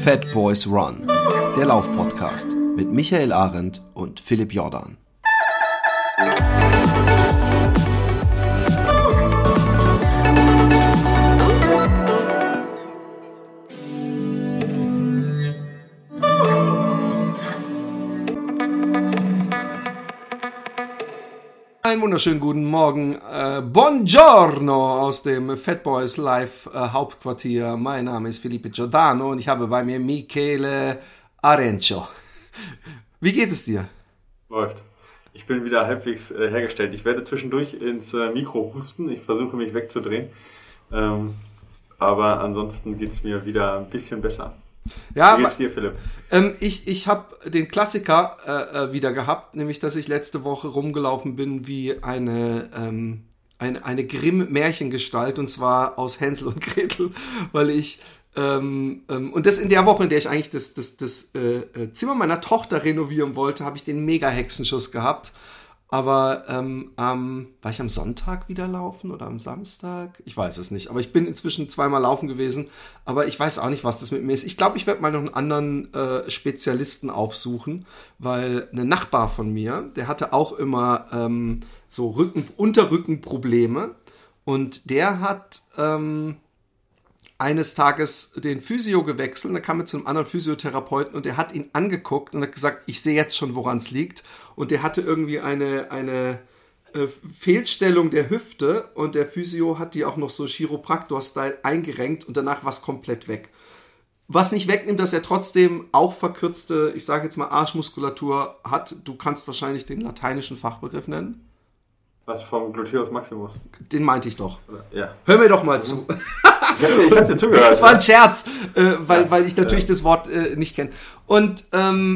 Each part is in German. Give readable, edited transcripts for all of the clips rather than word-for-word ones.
Fat Boys Run, der Laufpodcast mit Michael Arendt und Philipp Jordan. Einen wunderschönen guten Morgen, buongiorno aus dem Fat Boys Live Hauptquartier. Mein Name ist Felipe Giordano und ich habe bei mir Michele Arencio. Wie geht es dir? Läuft. Ich bin wieder halbwegs hergestellt. Ich werde zwischendurch ins Mikro husten. Ich versuche mich wegzudrehen. Aber ansonsten geht es mir wieder ein bisschen besser. Ja, wie geht's dir, Philipp? Ich habe den Klassiker wieder gehabt, nämlich dass ich letzte Woche rumgelaufen bin wie eine Grimm-Märchengestalt, und zwar aus Hänsel und Gretel, weil ich und das in der Woche, in der ich eigentlich das Zimmer meiner Tochter renovieren wollte, habe ich den Mega-Hexenschuss gehabt. Aber war ich am Sonntag wieder laufen oder am Samstag? Ich weiß es nicht. Aber ich bin inzwischen zweimal laufen gewesen. Aber ich weiß auch nicht, was das mit mir ist. Ich glaube, ich werde mal noch einen anderen Spezialisten aufsuchen, weil ein Nachbar von mir, der hatte auch immer so Unterrückenprobleme. Und der hat eines Tages den Physio gewechselt. Und dann kam er zu einem anderen Physiotherapeuten und der hat ihn angeguckt und hat gesagt, ich sehe jetzt schon, woran es liegt. Und der hatte irgendwie eine Fehlstellung der Hüfte und der Physio hat die auch noch so Chiropraktor-Style eingerenkt und danach war es komplett weg. Was nicht wegnimmt, dass er trotzdem auch verkürzte, ich sage jetzt mal Arschmuskulatur hat. Du kannst wahrscheinlich den lateinischen Fachbegriff nennen. Was vom Gluteus Maximus? Den meinte ich doch. Ja. Hör mir doch mal zu. Ich hab dir zugehört. Das war ein Scherz, weil ich natürlich das Wort nicht kenne. Und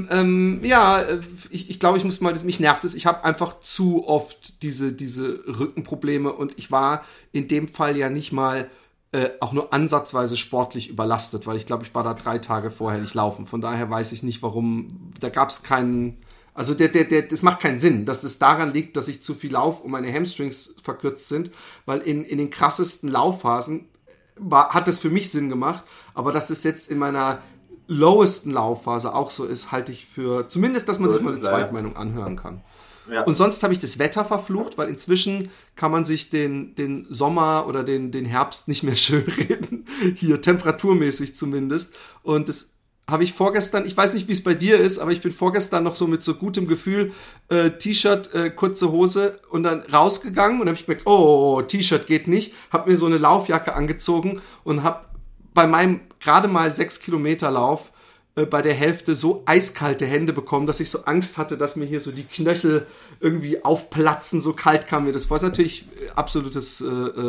ich glaube, ich muss mal, mich nervt es. Ich habe einfach zu oft diese Rückenprobleme und ich war in dem Fall ja nicht mal auch nur ansatzweise sportlich überlastet, weil ich glaube, ich war da 3 Tage vorher nicht laufen. Von daher weiß ich nicht, warum. Da gab es keinen. Also das macht keinen Sinn, dass es daran liegt, dass ich zu viel laufe und meine Hamstrings verkürzt sind, weil in den krassesten Laufphasen hat das für mich Sinn gemacht, aber dass es jetzt in meiner lowesten Laufphase auch so ist, halte ich für, zumindest, dass man sich mal eine Zweitmeinung anhören kann. Ja. Und sonst habe ich das Wetter verflucht, weil inzwischen kann man sich den Sommer oder den Herbst nicht mehr schön reden, hier temperaturmäßig zumindest, und das habe ich vorgestern, ich weiß nicht, wie es bei dir ist, aber ich bin vorgestern noch so mit so gutem Gefühl, T-Shirt, kurze Hose und dann rausgegangen und habe ich gemerkt, oh, T-Shirt geht nicht, habe mir so eine Laufjacke angezogen und habe bei meinem gerade mal 6 Kilometer Lauf bei der Hälfte so eiskalte Hände bekommen, dass ich so Angst hatte, dass mir hier so die knöchel irgendwie aufplatzen, so kalt kam mir das vor. Das ist natürlich absolutes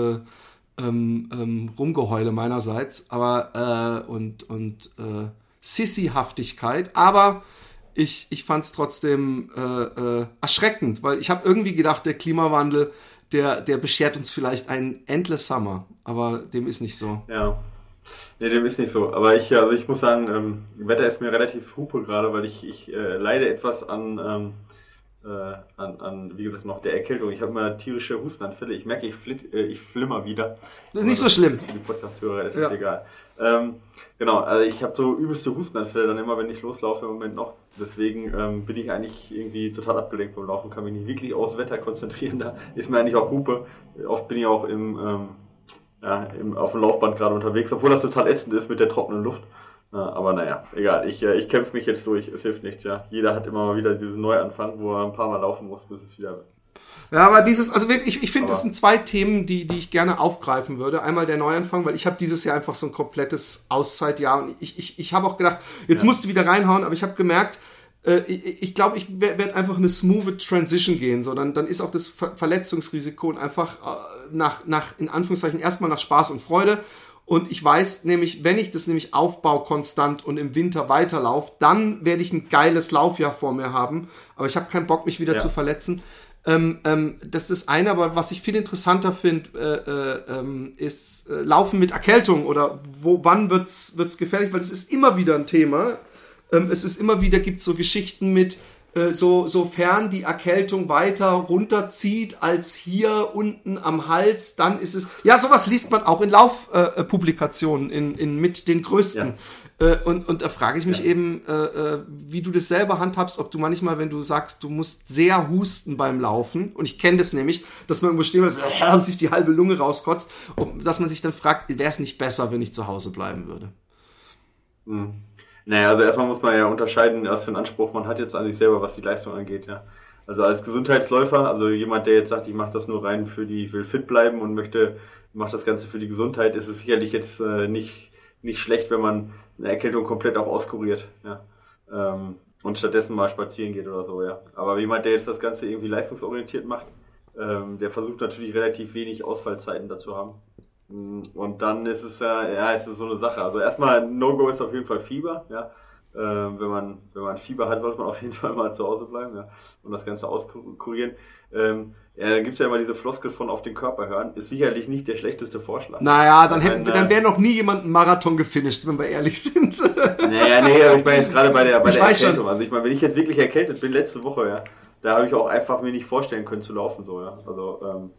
Rumgeheule meinerseits, aber Sissy-Haftigkeit, aber ich fand es trotzdem erschreckend, weil ich habe irgendwie gedacht, der Klimawandel, der beschert uns vielleicht einen Endless Summer, aber dem ist nicht so. Ja, nee, dem ist nicht so, aber ich muss sagen, Wetter ist mir relativ hupe gerade, weil ich leide etwas an, wie gesagt, noch der Erkältung. Ich habe immer tierische Hustenanfälle, ich merke, ich flimmer wieder. Das ist nicht so schlimm. Für die Podcast-Hörer ist das egal. Genau, also ich habe so übelste Hustenanfälle dann immer, wenn ich loslaufe im Moment noch. Deswegen bin ich eigentlich irgendwie total abgelenkt vom Laufen, kann mich nicht wirklich aufs Wetter konzentrieren. Da ist mir eigentlich auch Hupe. Oft bin ich auch auf dem Laufband gerade unterwegs, obwohl das total ätzend ist mit der trockenen Luft. Aber naja, egal, ich kämpfe mich jetzt durch, es hilft nichts. Ja. Jeder hat immer mal wieder diesen Neuanfang, wo er ein paar Mal laufen muss, bis es wieder... Ja, aber ich finde, das sind 2 Themen, die ich gerne aufgreifen würde. Einmal der Neuanfang, weil ich habe dieses Jahr einfach so ein komplettes Auszeitjahr und ich habe auch gedacht, jetzt musst du wieder reinhauen, aber ich habe gemerkt, ich glaube, ich werde einfach eine smooth Transition gehen, so dann ist auch das Verletzungsrisiko und einfach nach in Anführungszeichen erstmal nach Spaß und Freude. Und ich weiß nämlich, wenn ich das nämlich aufbaue konstant und im Winter weiterlaufe, dann werde ich ein geiles Laufjahr vor mir haben, aber ich habe keinen Bock, mich wieder zu verletzen. Das ist das eine, aber was ich viel interessanter finde, ist Laufen mit Erkältung oder wann wird's gefährlich, weil es ist immer wieder ein Thema. Es ist immer wieder, gibt so Geschichten mit sofern die Erkältung weiter runterzieht als hier unten am Hals, dann ist es, ja, sowas liest man auch in Laufpublikationen, mit den größten. Ja. Und da frage ich mich eben, wie du das selber handhabst, ob du manchmal, wenn du sagst, du musst sehr husten beim Laufen, und ich kenne das nämlich, dass man irgendwo stehen und sich die halbe Lunge rauskotzt, dass man sich dann fragt, wäre es nicht besser, wenn ich zu Hause bleiben würde? Naja, also erstmal muss man ja unterscheiden, was für einen Anspruch man hat jetzt an sich selber, was die Leistung angeht, ja. Also als Gesundheitsläufer, also jemand, der jetzt sagt, ich mache das nur rein will fit bleiben und macht das Ganze für die Gesundheit, ist es sicherlich jetzt nicht schlecht, wenn man eine Erkältung komplett auch auskuriert, ja. Und stattdessen mal spazieren geht oder so, ja. Aber jemand, der jetzt das Ganze irgendwie leistungsorientiert macht, der versucht natürlich relativ wenig Ausfallzeiten dazu haben. Und dann ist es es ist so eine Sache. Also erstmal No-Go ist auf jeden Fall Fieber, ja. Wenn man Fieber hat, sollte man auf jeden Fall mal zu Hause bleiben, ja, und das Ganze auskurieren. Da gibt es ja immer diese Floskel von auf den Körper hören, ist sicherlich nicht der schlechteste Vorschlag. Naja, dann wäre noch nie jemand einen Marathon gefinisht, wenn wir ehrlich sind. Naja, nee, aber ich meine jetzt gerade bei der Erkältung. Also ich meine, wenn ich jetzt wirklich erkältet bin, letzte Woche, ja, da habe ich auch einfach mir nicht vorstellen können zu laufen, so, ja. Also,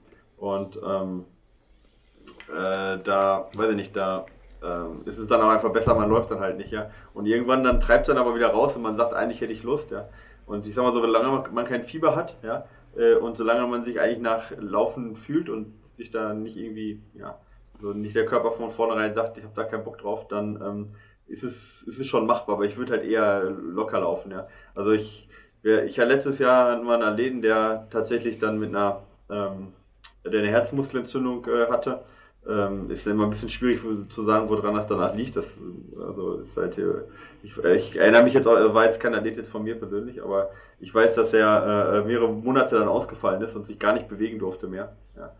da, weiß ich nicht, da ist es dann auch einfach besser, man läuft dann halt nicht, ja. Und irgendwann dann treibt es dann aber wieder raus und man sagt, eigentlich hätte ich Lust, ja. Und ich sag mal so, solange man kein Fieber hat, ja, und solange man sich eigentlich nach Laufen fühlt und sich da nicht irgendwie, ja, so nicht der Körper von vornherein sagt, ich habe da keinen Bock drauf, dann ist es schon machbar, aber ich würde halt eher locker laufen, ja. Also ich hatte letztes Jahr mal einen Athleten, der tatsächlich dann mit der eine Herzmuskelentzündung hatte. Ist immer ein bisschen schwierig zu sagen, woran das danach liegt. Ist halt, ich erinnere mich jetzt auch, war jetzt kein Athlet jetzt von mir persönlich, aber ich weiß, dass er mehrere Monate dann ausgefallen ist und sich gar nicht bewegen durfte mehr. Ja.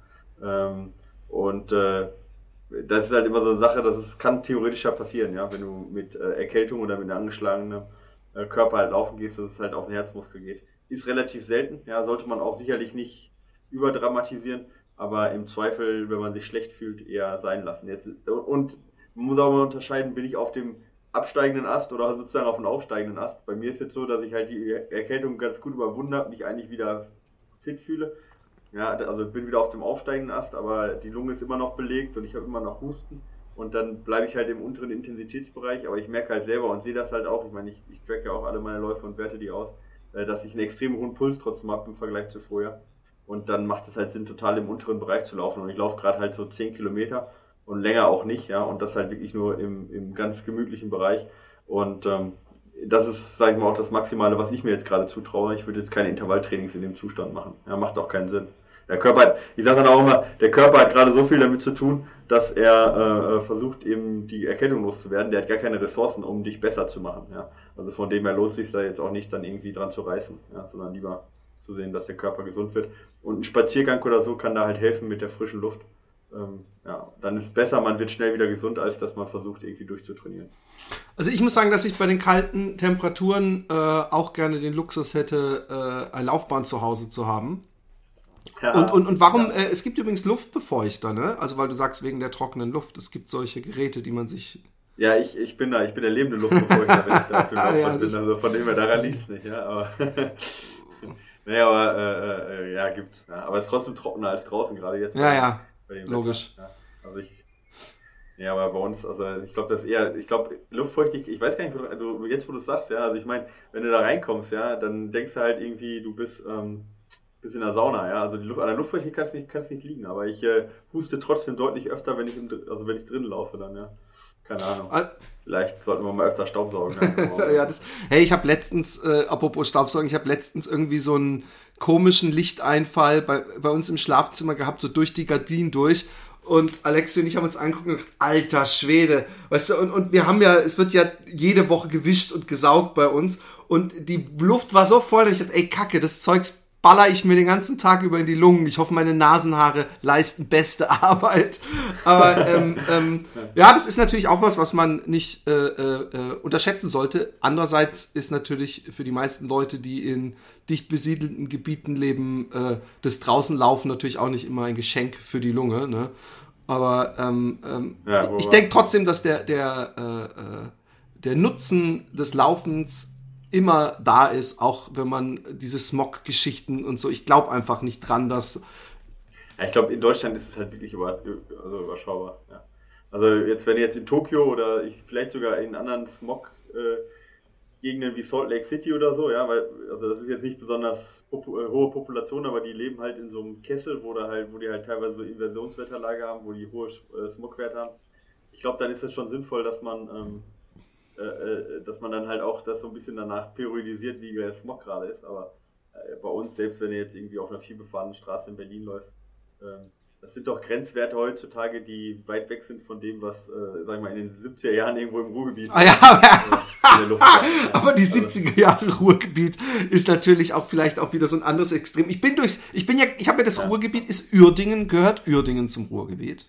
Das ist halt immer so eine Sache, kann theoretisch ja passieren, ja, wenn du mit Erkältung oder mit einem angeschlagenen Körper halt laufen gehst, dass es halt auf den Herzmuskel geht. Ist relativ selten, ja, sollte man auch sicherlich nicht überdramatisieren. Aber im Zweifel, wenn man sich schlecht fühlt, eher sein lassen. Und man muss auch mal unterscheiden, bin ich auf dem absteigenden Ast oder sozusagen auf dem aufsteigenden Ast. Bei mir ist jetzt so, dass ich halt die Erkältung ganz gut überwunden habe, mich eigentlich wieder fit fühle. Ja, also ich bin wieder auf dem aufsteigenden Ast, aber die Lunge ist immer noch belegt und ich habe immer noch Husten. Und dann bleibe ich halt im unteren Intensitätsbereich, aber ich merke halt selber und sehe das halt auch, ich meine, ich tracke ja auch alle meine Läufe und werte die aus, dass ich einen extrem hohen Puls trotzdem habe im Vergleich zu vorher. Und dann macht es halt Sinn, total im unteren Bereich zu laufen. Und ich laufe gerade halt so 10 Kilometer und länger auch nicht, ja. Und das halt wirklich nur im ganz gemütlichen Bereich. Und das ist, sag ich mal, auch das Maximale, was ich mir jetzt gerade zutraue. Ich würde jetzt keine Intervalltrainings in dem Zustand machen. Ja, macht auch keinen Sinn. Der Körper ich sage dann auch immer, der Körper hat gerade so viel damit zu tun, dass er versucht, eben die Erkältung loszuwerden. Der hat gar keine Ressourcen, um dich besser zu machen. Ja. Also von dem her lohnt es sich da jetzt auch nicht, dann irgendwie dran zu reißen, ja, sondern lieber zu sehen, dass der Körper gesund wird. Und ein Spaziergang oder so kann da halt helfen mit der frischen Luft. Dann ist es besser, man wird schnell wieder gesund, als dass man versucht, irgendwie durchzutrainieren. Also ich muss sagen, dass ich bei den kalten Temperaturen auch gerne den Luxus hätte, eine Laufbahn zu Hause zu haben. Ja, und warum, es gibt übrigens Luftbefeuchter, ne? Also weil du sagst, wegen der trockenen Luft, es gibt solche Geräte, die man sich... Ja, ich bin der lebende Luftbefeuchter, wenn ich da auf dem Laufband bin, also von dem her daran liegt es nicht, ja, aber... Naja, aber gibt's. Ja, aber es ist trotzdem trockener als draußen, gerade jetzt. Ja, logisch. Ja, also aber bei uns, also ich glaube, Luftfeuchtigkeit, ich weiß gar nicht, also jetzt wo du es sagst, ja, also ich meine, wenn du da reinkommst, ja, dann denkst du halt irgendwie, du bist in der Sauna, ja, also an der Luftfeuchtigkeit kann es nicht liegen, aber ich huste trotzdem deutlich öfter, wenn ich drin laufe dann, ja. Keine Ahnung. Vielleicht sollten wir mal öfter Staubsaugen. Ja, ich habe letztens, apropos Staubsaugen, irgendwie so einen komischen Lichteinfall bei uns im Schlafzimmer gehabt, so durch die Gardinen durch. Und Alexi und ich haben uns angeguckt und gedacht, alter Schwede. Weißt du, und wir haben es wird ja jede Woche gewischt und gesaugt bei uns. Und die Luft war so voll, dass ich dachte, ey Kacke, das Zeugs baller ich mir den ganzen Tag über in die Lungen. Ich hoffe, meine Nasenhaare leisten beste Arbeit. Aber ja, das ist natürlich auch was man nicht unterschätzen sollte. Andererseits ist natürlich für die meisten Leute, die in dicht besiedelten Gebieten leben, das Draußenlaufen natürlich auch nicht immer ein Geschenk für die Lunge. Ne? Aber ich denke trotzdem, dass der Nutzen des Laufens immer da ist, auch wenn man diese Smog-Geschichten und so, ich glaube einfach nicht dran, dass... Ja, ich glaube, in Deutschland ist es halt wirklich überschaubar. Ja. Also jetzt, wenn jetzt in Tokio oder vielleicht sogar in anderen Smog-Gegenden wie Salt Lake City oder so, ja, weil, also das ist jetzt nicht besonders hohe Population, aber die leben halt in so einem Kessel, wo die halt teilweise so Inversionswetterlage haben, wo die hohe Smogwerte haben. Ich glaube, dann ist es schon sinnvoll, dass man dann halt auch das so ein bisschen danach periodisiert, wie der Smog gerade ist. Aber bei uns, selbst wenn du jetzt irgendwie auf einer vielbefahrenen Straße in Berlin läufst, das sind doch Grenzwerte heutzutage, die weit weg sind von dem, was, sag ich mal, in den 70er Jahren irgendwo im Ruhrgebiet in der Luft war. Aber die 70er Jahre Ruhrgebiet ist natürlich auch vielleicht auch wieder so ein anderes Extrem. Ich habe ja das Ruhrgebiet, ist Uerdingen, gehört Uerdingen zum Ruhrgebiet?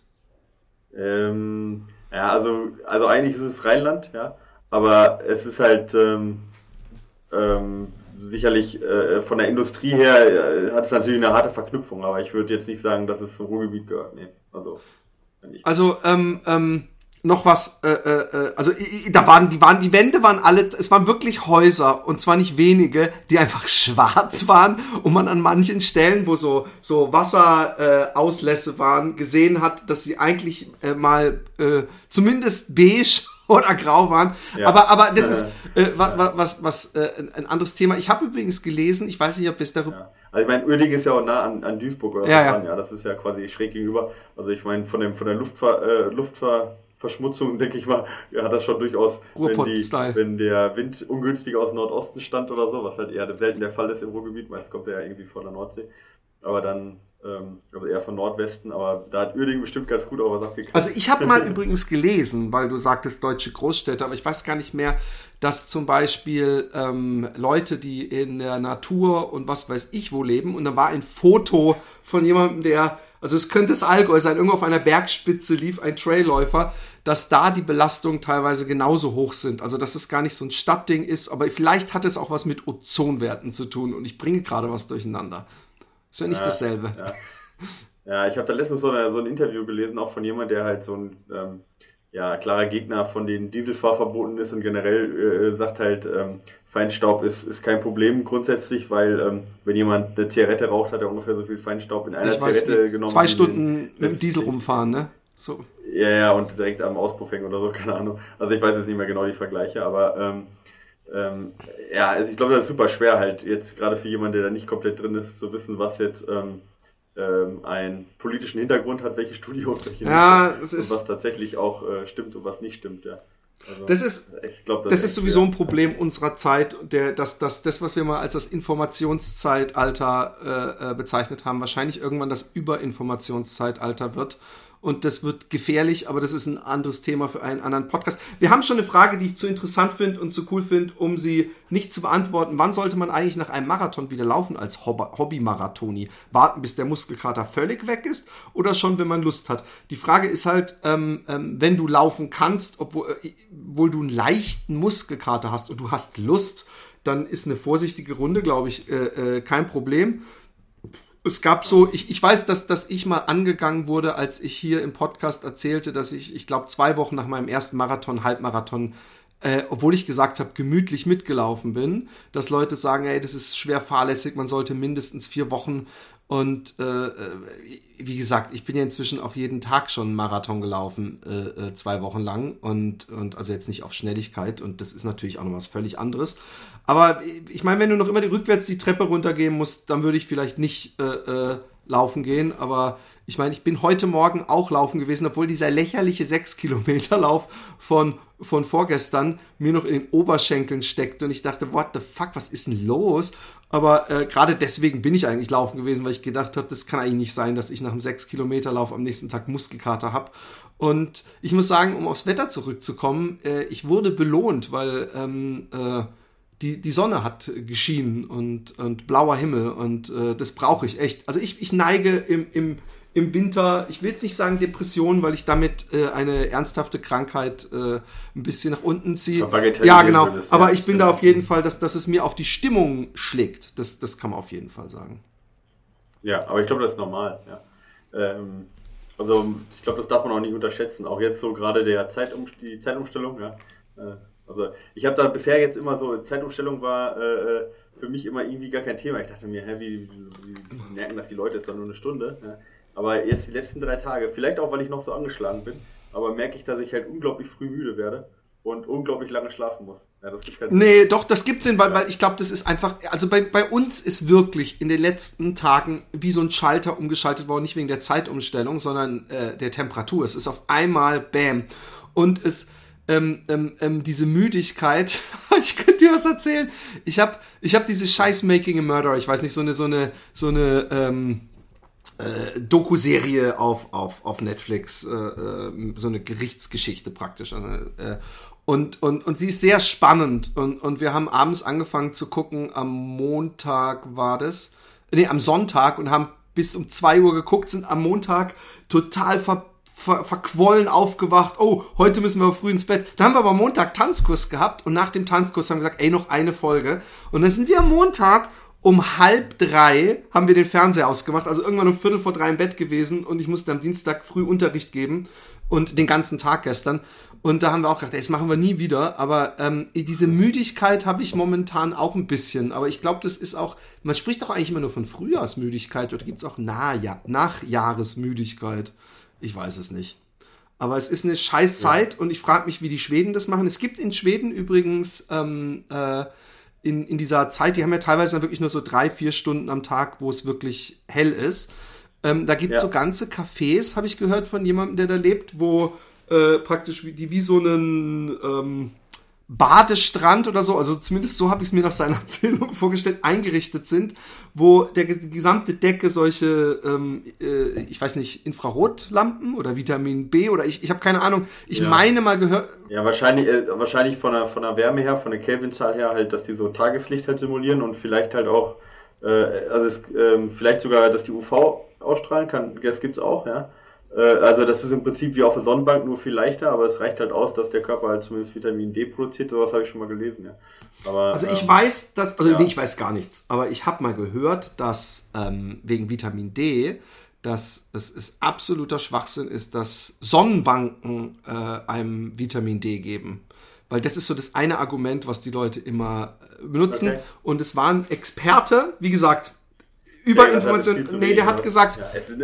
Ja, also eigentlich ist es Rheinland, ja, aber es ist halt sicherlich von der Industrie her hat es natürlich eine harte Verknüpfung, aber ich würde jetzt nicht sagen, dass es zum Ruhrgebiet gehört. Nee, also noch was, die Wände waren alle, es waren wirklich Häuser und zwar nicht wenige, die einfach schwarz waren und man an manchen Stellen, wo so Wasserauslässe waren, gesehen hat, dass sie eigentlich mal zumindest beige oder grau waren. Ja. Aber das ist ein anderes Thema. Ich habe übrigens gelesen, ich weiß nicht, ob wir es darüber... Ja. Also ich meine, Uerdingen ist ja auch nah an Duisburg oder so. Ja, das ist ja quasi schräg gegenüber. Also ich meine, von der Luftverschmutzung, denke ich mal, hat das schon durchaus, wenn der Wind ungünstig aus Nordosten stand oder so, was halt eher selten der Fall ist im Ruhrgebiet, meist kommt er ja irgendwie von der Nordsee. Aber dann also eher von Nordwesten, aber da hat Uerdingen bestimmt ganz gut auch was abgekriegt. Also ich habe mal übrigens gelesen, weil du sagtest deutsche Großstädte, aber ich weiß gar nicht mehr, dass zum Beispiel Leute, die in der Natur und was weiß ich wo leben, und da war ein Foto von jemandem, also es könnte das Allgäu sein, irgendwo auf einer Bergspitze lief ein Trailläufer, dass da die Belastungen teilweise genauso hoch sind. Also dass es gar nicht so ein Stadtding ist, aber vielleicht hat es auch was mit Ozonwerten zu tun und ich bringe gerade was durcheinander. Ist ja nicht dasselbe. Ja, ich habe da letztens so ein Interview gelesen, auch von jemand, der halt so ein klarer Gegner von den Dieselfahrverboten ist und generell sagt halt, Feinstaub ist kein Problem grundsätzlich, weil wenn jemand eine Zigarette raucht, hat er ungefähr so viel Feinstaub in einer Zigarette genommen. 2 Stunden mit dem Diesel rumfahren, ne? So. Ja, und direkt am Auspuff hängen oder so, keine Ahnung. Also ich weiß jetzt nicht mehr genau die Vergleiche, aber also ich glaube, das ist super schwer halt, jetzt gerade für jemanden, der da nicht komplett drin ist, zu wissen, was jetzt einen politischen Hintergrund hat, welche Studios, und was tatsächlich auch stimmt und was nicht stimmt, ja. Also, das ist sowieso ein Problem unserer Zeit, das, was wir mal als das Informationszeitalter bezeichnet haben, wahrscheinlich irgendwann das Überinformationszeitalter wird. Und das wird gefährlich, aber das ist ein anderes Thema für einen anderen Podcast. Wir haben schon eine Frage, die ich zu interessant finde und zu cool finde, um sie nicht zu beantworten. Wann sollte man eigentlich nach einem Marathon wieder laufen als Hobby-Marathoni? Warten, bis der Muskelkater völlig weg ist oder schon, wenn man Lust hat? Die Frage ist halt, wenn du laufen kannst, obwohl du einen leichten Muskelkater hast und du hast Lust, dann ist eine vorsichtige Runde, glaube ich, kein Problem. Es gab so, ich weiß, dass ich mal angegangen wurde, als ich hier im Podcast erzählte, dass ich glaube 2 Wochen nach meinem ersten Halbmarathon, obwohl ich gesagt habe, gemütlich mitgelaufen bin, dass Leute sagen, ey, das ist schwer fahrlässig, man sollte mindestens 4 Wochen und wie gesagt, ich bin ja inzwischen auch jeden Tag schon einen Marathon gelaufen, 2 Wochen lang und also jetzt nicht auf Schnelligkeit und das ist natürlich auch noch was völlig anderes. Aber ich meine, wenn du noch immer rückwärts die Treppe runtergehen musst, dann würde ich vielleicht nicht laufen gehen. Aber ich meine, ich bin heute Morgen auch laufen gewesen, obwohl dieser lächerliche 6-Kilometer-Lauf von vorgestern mir noch in den Oberschenkeln steckt. Und ich dachte, what the fuck, was ist denn los? Aber gerade deswegen bin ich eigentlich laufen gewesen, weil ich gedacht habe, das kann eigentlich nicht sein, dass ich nach einem 6-Kilometer-Lauf am nächsten Tag Muskelkater habe. Und ich muss sagen, um aufs Wetter zurückzukommen, ich wurde belohnt, weil die Sonne hat geschienen und blauer Himmel und das brauche ich echt. Also ich neige im Winter, ich will jetzt nicht sagen Depression, weil ich damit eine ernsthafte Krankheit ein bisschen nach unten ziehe. Ja, genau. Aber ich bin da auf jeden Fall, dass es mir auf die Stimmung schlägt. Das kann man auf jeden Fall sagen. Ja, aber ich glaube, das ist normal. Ja. Also ich glaube, das darf man auch nicht unterschätzen. Auch jetzt so gerade die Zeitumstellung. Ja. Also ich habe da bisher jetzt immer so, Zeitumstellung war für mich immer irgendwie gar kein Thema. Ich dachte mir, wie merken das die Leute, ist dann nur eine Stunde. Ja. Aber jetzt die letzten 3 Tage, vielleicht auch, weil ich noch so angeschlagen bin, aber merke ich, dass ich halt unglaublich früh müde werde und unglaublich lange schlafen muss. Ja, das gibt keinen Nee, doch, das gibt Sinn, weil ich glaube, das ist einfach, also bei uns ist wirklich in den letzten Tagen wie so ein Schalter umgeschaltet worden, nicht wegen der Zeitumstellung, sondern der Temperatur. Es ist auf einmal Bam. Und es diese Müdigkeit, ich könnte dir was erzählen. Ich hab diese scheiß Making a Murderer, ich weiß nicht, so eine Doku-Serie auf Netflix, so eine Gerichtsgeschichte praktisch. Und sie ist sehr spannend. Und wir haben abends angefangen zu gucken, am Sonntag und haben bis um 2 Uhr geguckt, sind am Montag total verquollen aufgewacht. Oh, heute müssen wir früh ins Bett. Da haben wir aber am Montag Tanzkurs gehabt und nach dem Tanzkurs haben wir gesagt, noch eine Folge. Und dann sind wir am Montag um 2:30 haben wir den Fernseher ausgemacht, also irgendwann um 2:45 im Bett gewesen und ich musste am Dienstag früh Unterricht geben und den ganzen Tag gestern. Und da haben wir auch gedacht, das machen wir nie wieder. Aber diese Müdigkeit habe ich momentan auch ein bisschen. Aber ich glaube, das ist auch, man spricht doch eigentlich immer nur von Frühjahrsmüdigkeit oder gibt es auch Nachjahresmüdigkeit? Ich weiß es nicht. Aber es ist eine scheiß Zeit und ich frage mich, wie die Schweden das machen. Es gibt in Schweden übrigens in dieser Zeit, die haben ja teilweise dann wirklich nur so 3-4 Stunden am Tag, wo es wirklich hell ist. Da gibt es so ganze Cafés, habe ich gehört von jemandem, der da lebt, wo praktisch wie so einen Badestrand oder so, also zumindest so habe ich es mir nach seiner Erzählung vorgestellt, eingerichtet sind, wo die gesamte Decke solche, ich weiß nicht, Infrarotlampen oder Vitamin B oder ich habe keine Ahnung, meine mal gehört. Ja, wahrscheinlich von der Wärme her, von der Kelvinzahl her halt, dass die so Tageslicht halt simulieren und vielleicht halt auch, vielleicht sogar, dass die UV ausstrahlen kann, das gibt's auch, ja. Also das ist im Prinzip wie auf der Sonnenbank, nur viel leichter, aber es reicht halt aus, dass der Körper halt zumindest Vitamin D produziert, sowas habe ich schon mal gelesen, ja. Aber, also ich weiß, nee, ich weiß gar nichts, aber ich habe mal gehört, dass wegen Vitamin D, dass es absoluter Schwachsinn ist, dass Sonnenbanken einem Vitamin D geben. Weil das ist so das eine Argument, was die Leute immer benutzen. Okay. Und es war ein Experte, wie gesagt, Überinformation. Nee, der hat gesagt,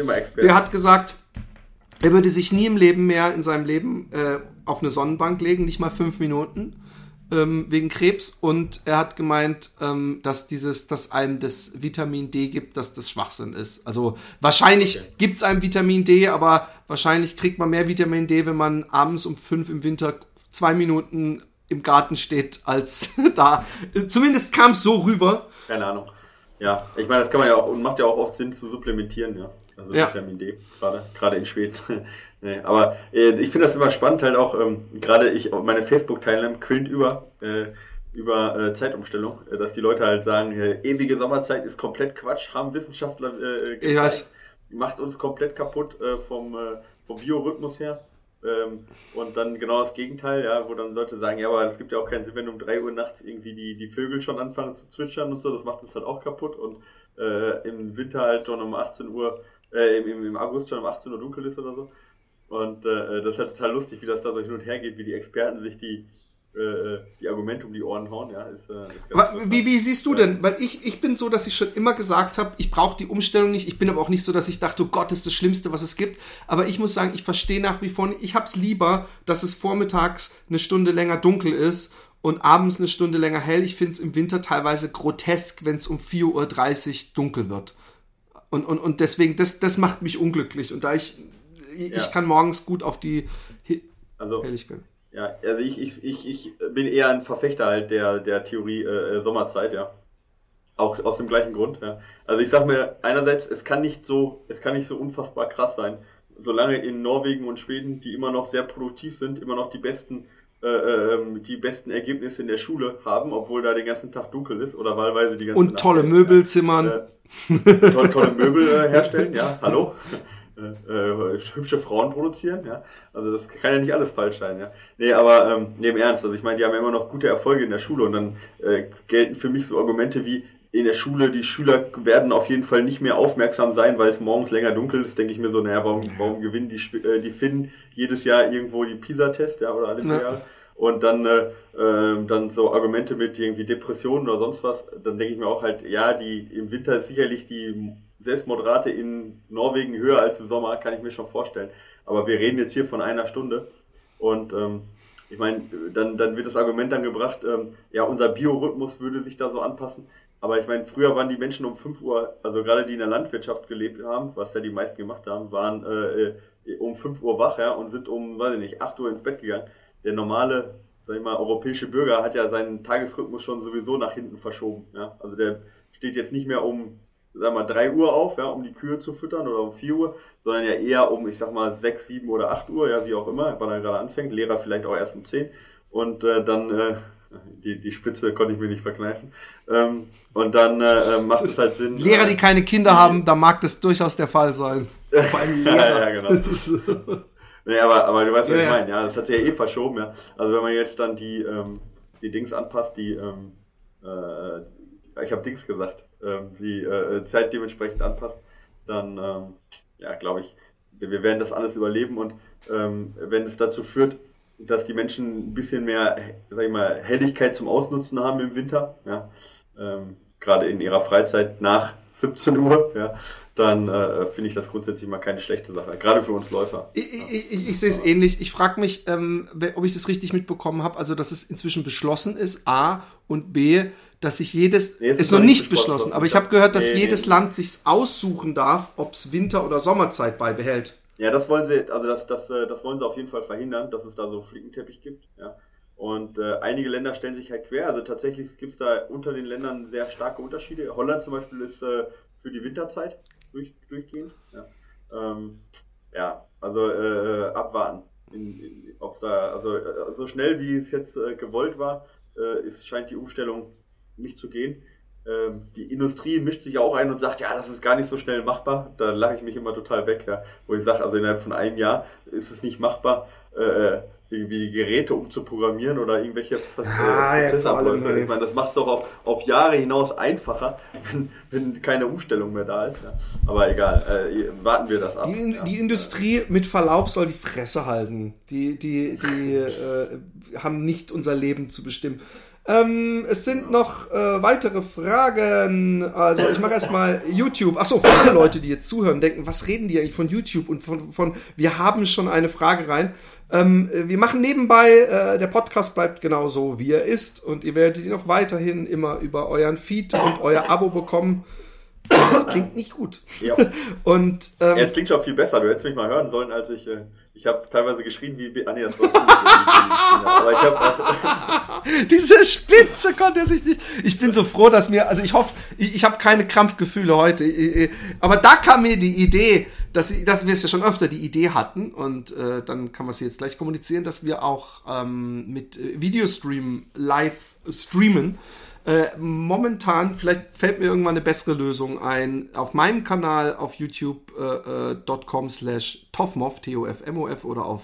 er würde sich nie im Leben mehr in seinem Leben auf eine Sonnenbank legen, nicht mal 5 Minuten, wegen Krebs. Und er hat gemeint, dass einem das Vitamin D gibt, dass das Schwachsinn ist. Also wahrscheinlich gibt's einem Vitamin D, aber wahrscheinlich kriegt man mehr Vitamin D, wenn man abends um 5 im Winter 2 Minuten im Garten steht, als da. Zumindest kam es so rüber. Keine Ahnung. Ja, ich meine, das kann man ja auch und macht ja auch oft Sinn zu supplementieren, ja. Also Vitamin D, gerade in Schweden. Nee, aber ich finde das immer spannend, halt auch, gerade meine Facebook-Teilnahme quillt über Zeitumstellung, dass die Leute halt sagen, ewige Sommerzeit ist komplett Quatsch, haben Wissenschaftler gezeigt, macht uns komplett kaputt vom Biorhythmus her. Und dann genau das Gegenteil, ja, wo dann Leute sagen, ja, aber es gibt ja auch keinen Sinn, wenn um 3 Uhr nachts irgendwie die Vögel schon anfangen zu zwitschern und so, das macht uns halt auch kaputt und im Winter halt schon um 18 Uhr, im August schon um 18 Uhr dunkel ist oder so. Und das ist halt total lustig, wie das da so hin und her geht, wie die Experten sich die Argumente um die Ohren hauen, ja. Aber wie siehst du denn? Weil ich bin so, dass ich schon immer gesagt habe, ich brauche die Umstellung nicht. Ich bin aber auch nicht so, dass ich dachte, oh Gott, das ist das Schlimmste, was es gibt. Aber ich muss sagen, ich verstehe nach wie vor nicht. Ich hab's lieber, dass es vormittags eine Stunde länger dunkel ist und abends eine Stunde länger hell. Ich finde es im Winter teilweise grotesk, wenn es um 4:30 Uhr dunkel wird. Und deswegen, das macht mich unglücklich. Und da ich kann morgens gut auf die Helligkeit. Ja, also ich bin eher ein Verfechter halt der Theorie Sommerzeit, ja. Auch aus dem gleichen Grund, ja. Also ich sag mir, einerseits, es kann nicht so unfassbar krass sein, solange in Norwegen und Schweden, die immer noch sehr produktiv sind, immer noch die besten Ergebnisse in der Schule haben, obwohl da den ganzen Tag dunkel ist oder wahlweise die ganze Nacht. Und tolle Möbel zimmern. Tolle Möbel herstellen, ja, hallo. Hübsche Frauen produzieren, ja. Also das kann ja nicht alles falsch sein, ja. Nee, aber im Ernst, also ich meine, die haben ja immer noch gute Erfolge in der Schule und dann gelten für mich so Argumente wie in der Schule, die Schüler werden auf jeden Fall nicht mehr aufmerksam sein, weil es morgens länger dunkel ist, denke ich mir so, naja, warum gewinnen die Finnen jedes Jahr irgendwo die PISA-Test, ja, oder alle 2 Jahre? Und dann so Argumente mit irgendwie Depressionen oder sonst was, dann denke ich mir auch halt, ja, im Winter ist sicherlich die Selbstmordrate in Norwegen höher als im Sommer, kann ich mir schon vorstellen. Aber wir reden jetzt hier von einer Stunde und ich meine, dann wird das Argument dann gebracht, ja, unser Biorhythmus würde sich da so anpassen. Aber ich meine, früher waren die Menschen um 5 Uhr, also gerade die in der Landwirtschaft gelebt haben, was ja die meisten gemacht haben, waren um 5 Uhr wach, ja, und sind um, weiß ich nicht, 8 Uhr ins Bett gegangen. Der normale, sag ich mal, europäische Bürger hat ja seinen Tagesrhythmus schon sowieso nach hinten verschoben, ja. Also der steht jetzt nicht mehr um, sag mal, 3 Uhr auf, ja, um die Kühe zu füttern oder um 4 Uhr, sondern ja eher um, ich sag mal, 6, 7 oder 8 Uhr, ja, wie auch immer, wann er gerade anfängt. Lehrer vielleicht auch erst um 10 und dann die Spitze konnte ich mir nicht verkneifen. Und dann macht es halt Sinn. Lehrer, die keine Kinder haben, da mag das durchaus der Fall sein. Vor allem Lehrer. Ja, genau. Nee, aber du weißt, was ich meine. Ja, das hat sich ja verschoben. Ja. Also wenn man jetzt dann die Dings anpasst, ich habe Dings gesagt, die Zeit dementsprechend anpasst, dann glaube ich, wir werden das alles überleben und wenn es dazu führt, dass die Menschen ein bisschen mehr, sag ich mal, Helligkeit zum Ausnutzen haben im Winter, ja, gerade in ihrer Freizeit nach 17 Uhr, ja, dann finde ich das grundsätzlich mal keine schlechte Sache, gerade für uns Läufer. Ich sehe es ähnlich. Ich frage mich, ob ich das richtig mitbekommen habe, also dass es inzwischen beschlossen ist, A, und B, dass sich ist noch nicht beschlossen, aber ich habe gehört, dass jedes Land sich aussuchen darf, ob es Winter- oder Sommerzeit beibehält. Ja, das wollen sie, also das wollen sie auf jeden Fall verhindern, dass es da so Flickenteppich gibt, ja. Und einige Länder stellen sich halt quer, also tatsächlich gibt es da unter den Ländern sehr starke Unterschiede. Holland zum Beispiel ist für die Winterzeit durchgehend, ja. Abwarten. Ob's da, also so schnell wie es jetzt gewollt war, scheint die Umstellung nicht zu gehen. Die Industrie mischt sich auch ein und sagt, ja, das ist gar nicht so schnell machbar. Da lache ich mich immer total weg, ja. Wo ich sage, also innerhalb von einem Jahr ist es nicht machbar, irgendwie die Geräte umzuprogrammieren oder irgendwelche Prozessabläufe. Ich meine, das macht es doch auf Jahre hinaus einfacher, wenn keine Umstellung mehr da ist. Ja. Aber egal, warten wir das ab. Die Industrie, mit Verlaub, soll die Fresse halten. Die haben nicht unser Leben zu bestimmen. Es sind noch weitere Fragen. Also ich mache erstmal YouTube. Achso, für alle Leute, die jetzt zuhören, denken, was reden die eigentlich von YouTube und von wir haben schon eine Frage rein. Wir machen nebenbei, der Podcast bleibt genauso, wie er ist und ihr werdet ihn auch weiterhin immer über euren Feed und euer Abo bekommen. Das klingt nicht gut. Ja. Und, es klingt schon viel besser. Du hättest mich mal hören sollen, als ich habe teilweise geschrien wie... nee, das war aber ich habe... Diese Spitze konnte er sich nicht... Ich bin so froh, dass mir... Also ich hoffe, ich habe keine Krampfgefühle heute. Aber da kam mir die Idee, dass wir es ja schon öfter die Idee hatten und dann kann man sie jetzt gleich kommunizieren, dass wir auch mit Videostream live streamen. Momentan, vielleicht fällt mir irgendwann eine bessere Lösung ein, auf meinem Kanal auf youtube.com/tofmof, TOFMOF oder auf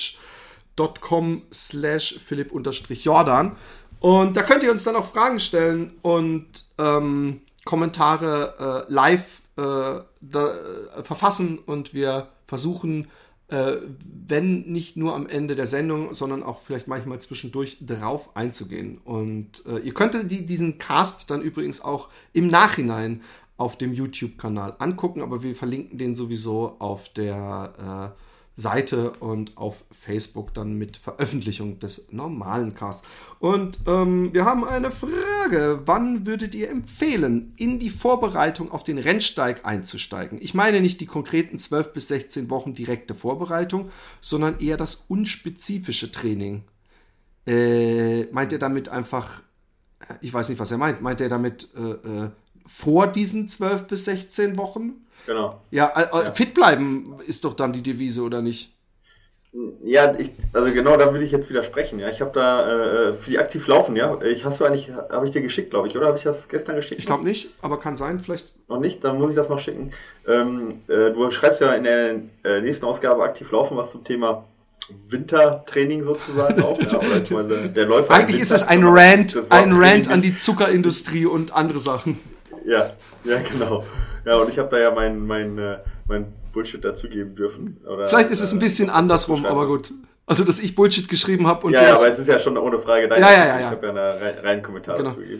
twitch.com/Philipp_Jordan und da könnt ihr uns dann auch Fragen stellen und Kommentare live verfassen und wir versuchen, wenn nicht nur am Ende der Sendung, sondern auch vielleicht manchmal zwischendurch drauf einzugehen. Und ihr könnt diesen Cast dann übrigens auch im Nachhinein auf dem YouTube-Kanal angucken, aber wir verlinken den sowieso auf der Seite und auf Facebook dann mit Veröffentlichung des normalen Casts. Und wir haben eine Frage. Wann würdet ihr empfehlen, in die Vorbereitung auf den Rennsteig einzusteigen? Ich meine nicht die konkreten 12 bis 16 Wochen direkte Vorbereitung, sondern eher das unspezifische Training. Meint ihr damit einfach, ich weiß nicht, was er meint, meint er damit vor diesen 12 bis 16 Wochen? Genau. Ja, fit bleiben ist doch dann die Devise, oder nicht? Ja, also genau, da will ich jetzt widersprechen. Ja, ich habe da für die aktiv laufen, ja. Habe ich dir geschickt, glaube ich, oder? Habe ich das gestern geschickt? Ich glaube nicht, aber kann sein, vielleicht. Noch nicht, dann muss ich das noch schicken. Du schreibst ja in der nächsten Ausgabe aktiv laufen was zum Thema Wintertraining sozusagen auch. Ja, oder der Läufer eigentlich ist es ein Rant an die Zuckerindustrie und andere Sachen. Ja, genau. Ja, und ich habe da ja mein Bullshit dazugeben dürfen. Oder, vielleicht ist es ein bisschen andersrum, aber gut. Also, dass ich Bullshit geschrieben habe und ja, aber es ist ja schon ohne Frage dein. Ja. Ich habe ja einen reinen Kommentar dazu gegeben.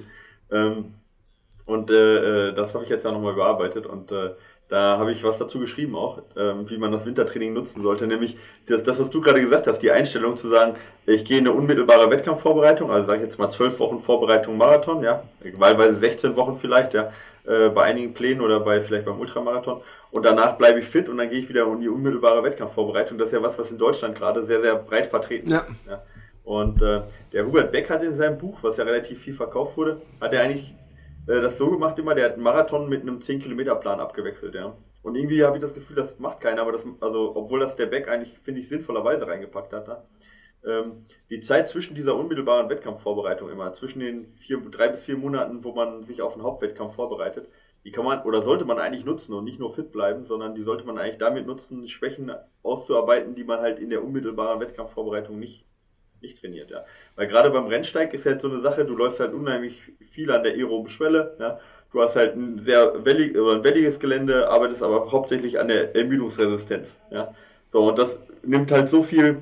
Und das habe ich jetzt ja nochmal überarbeitet und da habe ich was dazu geschrieben auch, wie man das Wintertraining nutzen sollte, nämlich das, was du gerade gesagt hast, die Einstellung zu sagen, ich gehe in eine unmittelbare Wettkampfvorbereitung, also sage ich jetzt mal 12 Wochen Vorbereitung Marathon, ja, wahlweise 16 Wochen vielleicht, ja, bei einigen Plänen oder vielleicht beim Ultramarathon und danach bleibe ich fit und dann gehe ich wieder in die unmittelbare Wettkampfvorbereitung. Das ist ja was in Deutschland gerade sehr, sehr breit vertreten ist. Ja. Und der Hubert Beck hat in seinem Buch, was ja relativ viel verkauft wurde, hat er eigentlich das so gemacht immer, der hat einen Marathon mit einem 10-Kilometer-Plan abgewechselt, ja. Und irgendwie habe ich das Gefühl, das macht keiner, aber obwohl das der Beck eigentlich, finde ich, sinnvollerweise reingepackt hat, da. Die Zeit zwischen dieser unmittelbaren Wettkampfvorbereitung immer, zwischen den 3 bis 4 Monaten, wo man sich auf einen Hauptwettkampf vorbereitet, die kann man oder sollte man eigentlich nutzen und nicht nur fit bleiben, sondern die sollte man eigentlich damit nutzen, Schwächen auszuarbeiten, die man halt in der unmittelbaren Wettkampfvorbereitung nicht trainiert, ja. Weil gerade beim Rennsteig ist halt so eine Sache, du läufst halt unheimlich viel an der aeroben Schwelle, ja. Du hast halt ein sehr welliges Gelände, arbeitest aber hauptsächlich an der Ermüdungsresistenz, ja. So, und das nimmt halt so viel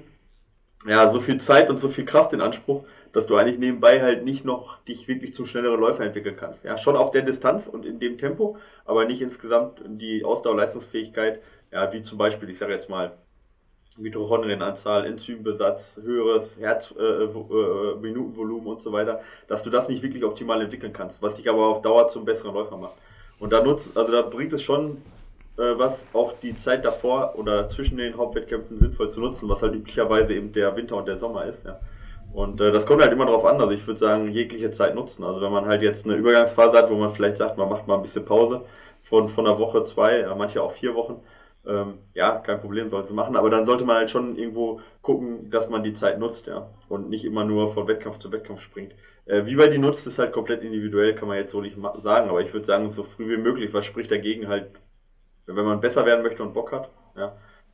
Zeit und so viel Kraft in Anspruch, dass du eigentlich nebenbei halt nicht noch dich wirklich zum schnelleren Läufer entwickeln kannst. Ja, schon auf der Distanz und in dem Tempo, aber nicht insgesamt die Ausdauerleistungsfähigkeit, ja, wie zum Beispiel, ich sage jetzt mal, Mitochondrienanzahl, Enzymbesatz, höheres Minutenvolumen und so weiter, dass du das nicht wirklich optimal entwickeln kannst, was dich aber auf Dauer zum besseren Läufer macht. Und da bringt es schon was auch die Zeit davor oder zwischen den Hauptwettkämpfen sinnvoll zu nutzen, was halt üblicherweise eben der Winter und der Sommer ist, ja. Und das kommt halt immer drauf an, also ich würde sagen, jegliche Zeit nutzen. Also wenn man halt jetzt eine Übergangsphase hat, wo man vielleicht sagt, man macht mal ein bisschen Pause von einer Woche, 2, manche auch 4 Wochen, ja, kein Problem, sollte man machen, aber dann sollte man halt schon irgendwo gucken, dass man die Zeit nutzt, ja, und nicht immer nur von Wettkampf zu Wettkampf springt. Wie man die nutzt, ist halt komplett individuell, kann man jetzt so nicht sagen, aber ich würde sagen, so früh wie möglich, was spricht dagegen halt, wenn man besser werden möchte und Bock hat, ja,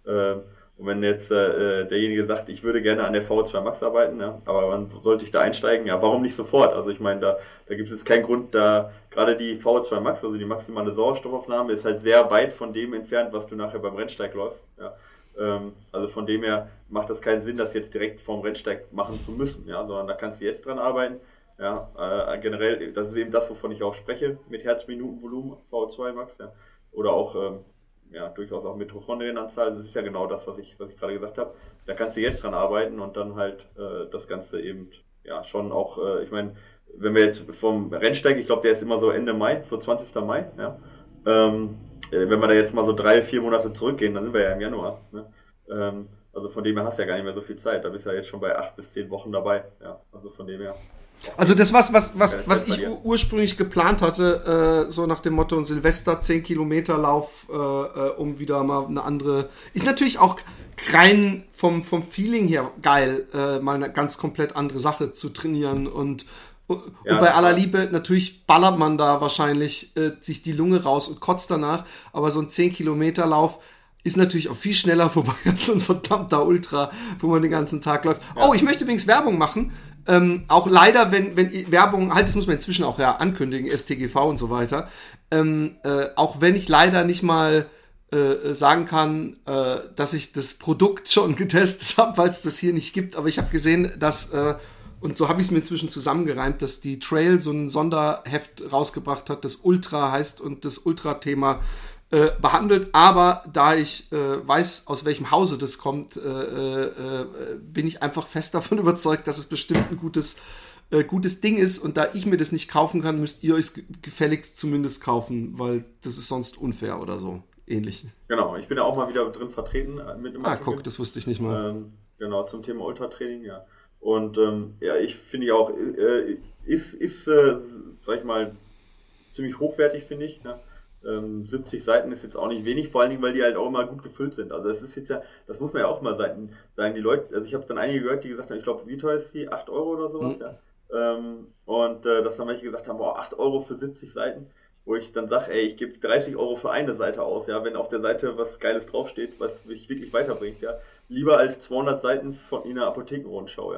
und wenn jetzt derjenige sagt, ich würde gerne an der VO2 Max arbeiten, ja, aber wann sollte ich da einsteigen? Ja, warum nicht sofort? Also ich meine, da gibt es keinen Grund, da gerade die VO2 Max, also die maximale Sauerstoffaufnahme, ist halt sehr weit von dem entfernt, was du nachher beim Rennsteig läufst. Ja. Also von dem her macht das keinen Sinn, das jetzt direkt vorm Rennsteig machen zu müssen, ja, sondern da kannst du jetzt dran arbeiten. Ja, generell, das ist eben das, wovon ich auch spreche, mit Herzminutenvolumen, VO2 Max, ja, oder auch ja, durchaus auch Mitochondrienanzahl, das ist ja genau das, was ich gerade gesagt habe. Da kannst du jetzt dran arbeiten und dann halt das Ganze eben, ja, schon auch, ich meine, wenn wir jetzt vom Rennsteig, ich glaube, der ist immer so Ende Mai, so 20. Mai, ja, wenn wir da jetzt mal so 3-4 Monate zurückgehen, dann sind wir ja im Januar, ne? Also von dem her hast du ja gar nicht mehr so viel Zeit, da bist du ja jetzt schon bei 8 bis 10 Wochen dabei, ja, also von dem her. Also das, was ich ursprünglich geplant hatte, so nach dem Motto, ein Silvester 10 Kilometer Lauf, um wieder mal eine andere, ist natürlich auch rein vom Feeling her geil, mal eine ganz komplett andere Sache zu trainieren und bei aller Liebe, natürlich ballert man da wahrscheinlich sich die Lunge raus und kotzt danach, aber so ein 10 Kilometer Lauf ist natürlich auch viel schneller vorbei als so ein verdammter Ultra, wo man den ganzen Tag läuft. Ja. Oh, ich möchte übrigens Werbung machen. Auch leider, wenn Werbung, halt, das muss man inzwischen auch ja ankündigen, STGV und so weiter. Auch wenn ich leider nicht mal sagen kann, dass ich das Produkt schon getestet habe, weil es das hier nicht gibt. Aber ich habe gesehen, dass, und so habe ich es mir inzwischen zusammengereimt, dass die Trail so ein Sonderheft rausgebracht hat, das Ultra heißt und das Ultra-Thema behandelt, aber da ich weiß, aus welchem Hause das kommt, bin ich einfach fest davon überzeugt, dass es bestimmt ein gutes Ding ist und da ich mir das nicht kaufen kann, müsst ihr euch gefälligst zumindest kaufen, weil das ist sonst unfair oder so, ähnlich. Genau, ich bin ja auch mal wieder drin vertreten mit dem Artikel. Guck, das wusste ich nicht mal. Genau, zum Thema Ultratraining, ja. Und ja, ich finde auch, sag ich mal, ziemlich hochwertig, finde ich, ne? 70 Seiten ist jetzt auch nicht wenig, vor allen Dingen, weil die halt auch immer gut gefüllt sind. Also das ist jetzt ja, das muss man ja auch mal sagen, die Leute, also ich habe dann einige gehört, die gesagt haben, ich glaube, wie teuer ist die? 8 Euro oder sowas, ja. Und dass dann manche gesagt haben, boah, 8 Euro für 70 Seiten, wo ich dann sage, ey, ich gebe 30 Euro für eine Seite aus, ja, wenn auf der Seite was Geiles draufsteht, was mich wirklich weiterbringt, ja. Lieber als 200 Seiten in einer Apothekenrundschau, ja.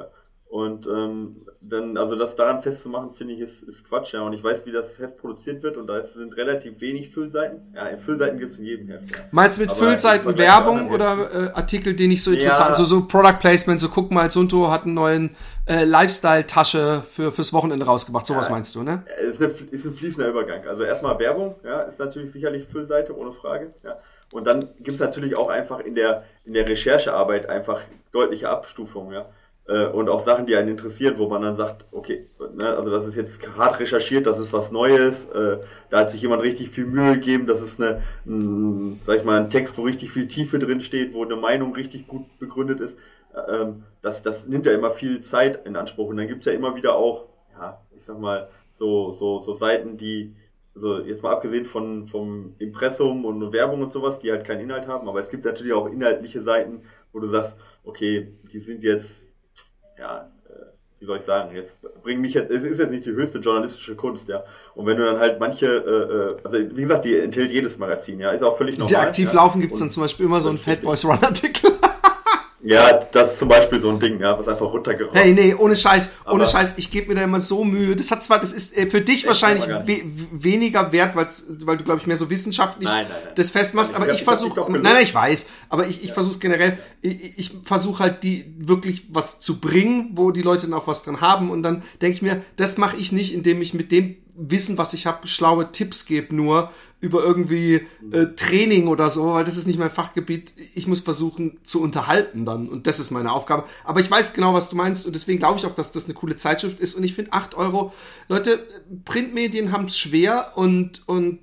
Und dann, also das daran festzumachen, finde ich, ist Quatsch, ja. Und ich weiß, wie das Heft produziert wird und da sind relativ wenig Füllseiten. Ja, Füllseiten gibt es in jedem Heft. Ja. Meinst du mit Füllseiten Werbung oder Artikel, die nicht so interessant, also so Product Placement, so guck mal, Sunto hat einen neuen Lifestyle-Tasche fürs Wochenende rausgebracht, sowas meinst du, ne? Ist ein fließender Übergang. Also erstmal Werbung, ja, ist natürlich sicherlich Füllseite, ohne Frage, ja. Und dann gibt es natürlich auch einfach in der Recherchearbeit einfach deutliche Abstufungen, ja. Und auch Sachen, die einen interessieren, wo man dann sagt, okay, ne, also das ist jetzt hart recherchiert, das ist was Neues, da hat sich jemand richtig viel Mühe gegeben, das ist sag ich mal, ein Text, wo richtig viel Tiefe drin steht, wo eine Meinung richtig gut begründet ist. Das nimmt ja immer viel Zeit in Anspruch und dann gibt es ja immer wieder auch, ja, ich sag mal, so Seiten, die, also jetzt mal abgesehen vom Impressum und Werbung und sowas, die halt keinen Inhalt haben, aber es gibt natürlich auch inhaltliche Seiten, wo du sagst, okay, die sind jetzt, ja, wie soll ich sagen, es ist jetzt nicht die höchste journalistische Kunst, ja. Und wenn du dann halt manche, also wie gesagt, die enthält jedes Magazin, ja, ist auch völlig normal. Die aktiv laufen, gibt es dann zum Beispiel immer so einen Fat Boys Run Artikel. Ja, das ist zum Beispiel so ein Ding, ja, was einfach runtergerollt. Hey, nee, ohne Scheiß, ich gebe mir da immer so Mühe. Das ist für dich wahrscheinlich weniger wert, weil du, glaube ich, mehr so wissenschaftlich das festmachst. Aber ich versuche, ich weiß, aber ich versuche generell, ich versuche halt die wirklich was zu bringen, wo die Leute dann auch was dran haben. Und dann denke ich mir, das mache ich nicht, indem ich mit dem Wissen, was ich habe, schlaue Tipps gebe, nur über irgendwie Training oder so, weil das ist nicht mein Fachgebiet. Ich muss versuchen zu unterhalten dann und das ist meine Aufgabe. Aber ich weiß genau, was du meinst und deswegen glaube ich auch, dass das eine coole Zeitschrift ist und ich finde 8 €, Leute, Printmedien haben es schwer und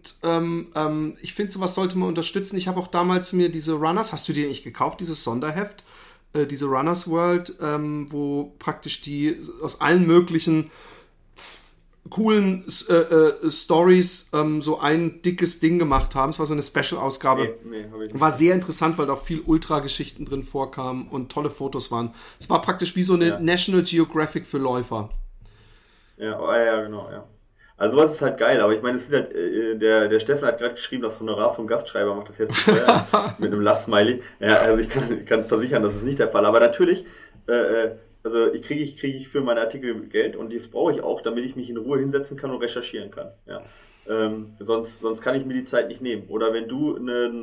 ich finde, sowas sollte man unterstützen. Ich habe auch damals mir diese Runners, hast du dir nicht gekauft, dieses Sonderheft, diese Runners World, wo praktisch die aus allen möglichen coolen Stories so ein dickes Ding gemacht haben. Es war so eine Special-Ausgabe. Nee, hab ich nicht. War sehr interessant, weil da auch viel Ultra-Geschichten drin vorkamen und tolle Fotos waren. Es war praktisch wie so eine National Geographic für Läufer. Ja, genau, ja. Also sowas ist halt geil, aber ich meine, es ist halt, der Steffen hat gerade geschrieben, das Honorar vom Gastschreiber macht das jetzt zu teuer mit einem Lachsmiley. Ja, also ich kann versichern, das ist nicht der Fall. Aber natürlich, also kriege ich für meine Artikel Geld und das brauche ich auch, damit ich mich in Ruhe hinsetzen kann und recherchieren kann. Ja. Sonst kann ich mir die Zeit nicht nehmen. Oder wenn du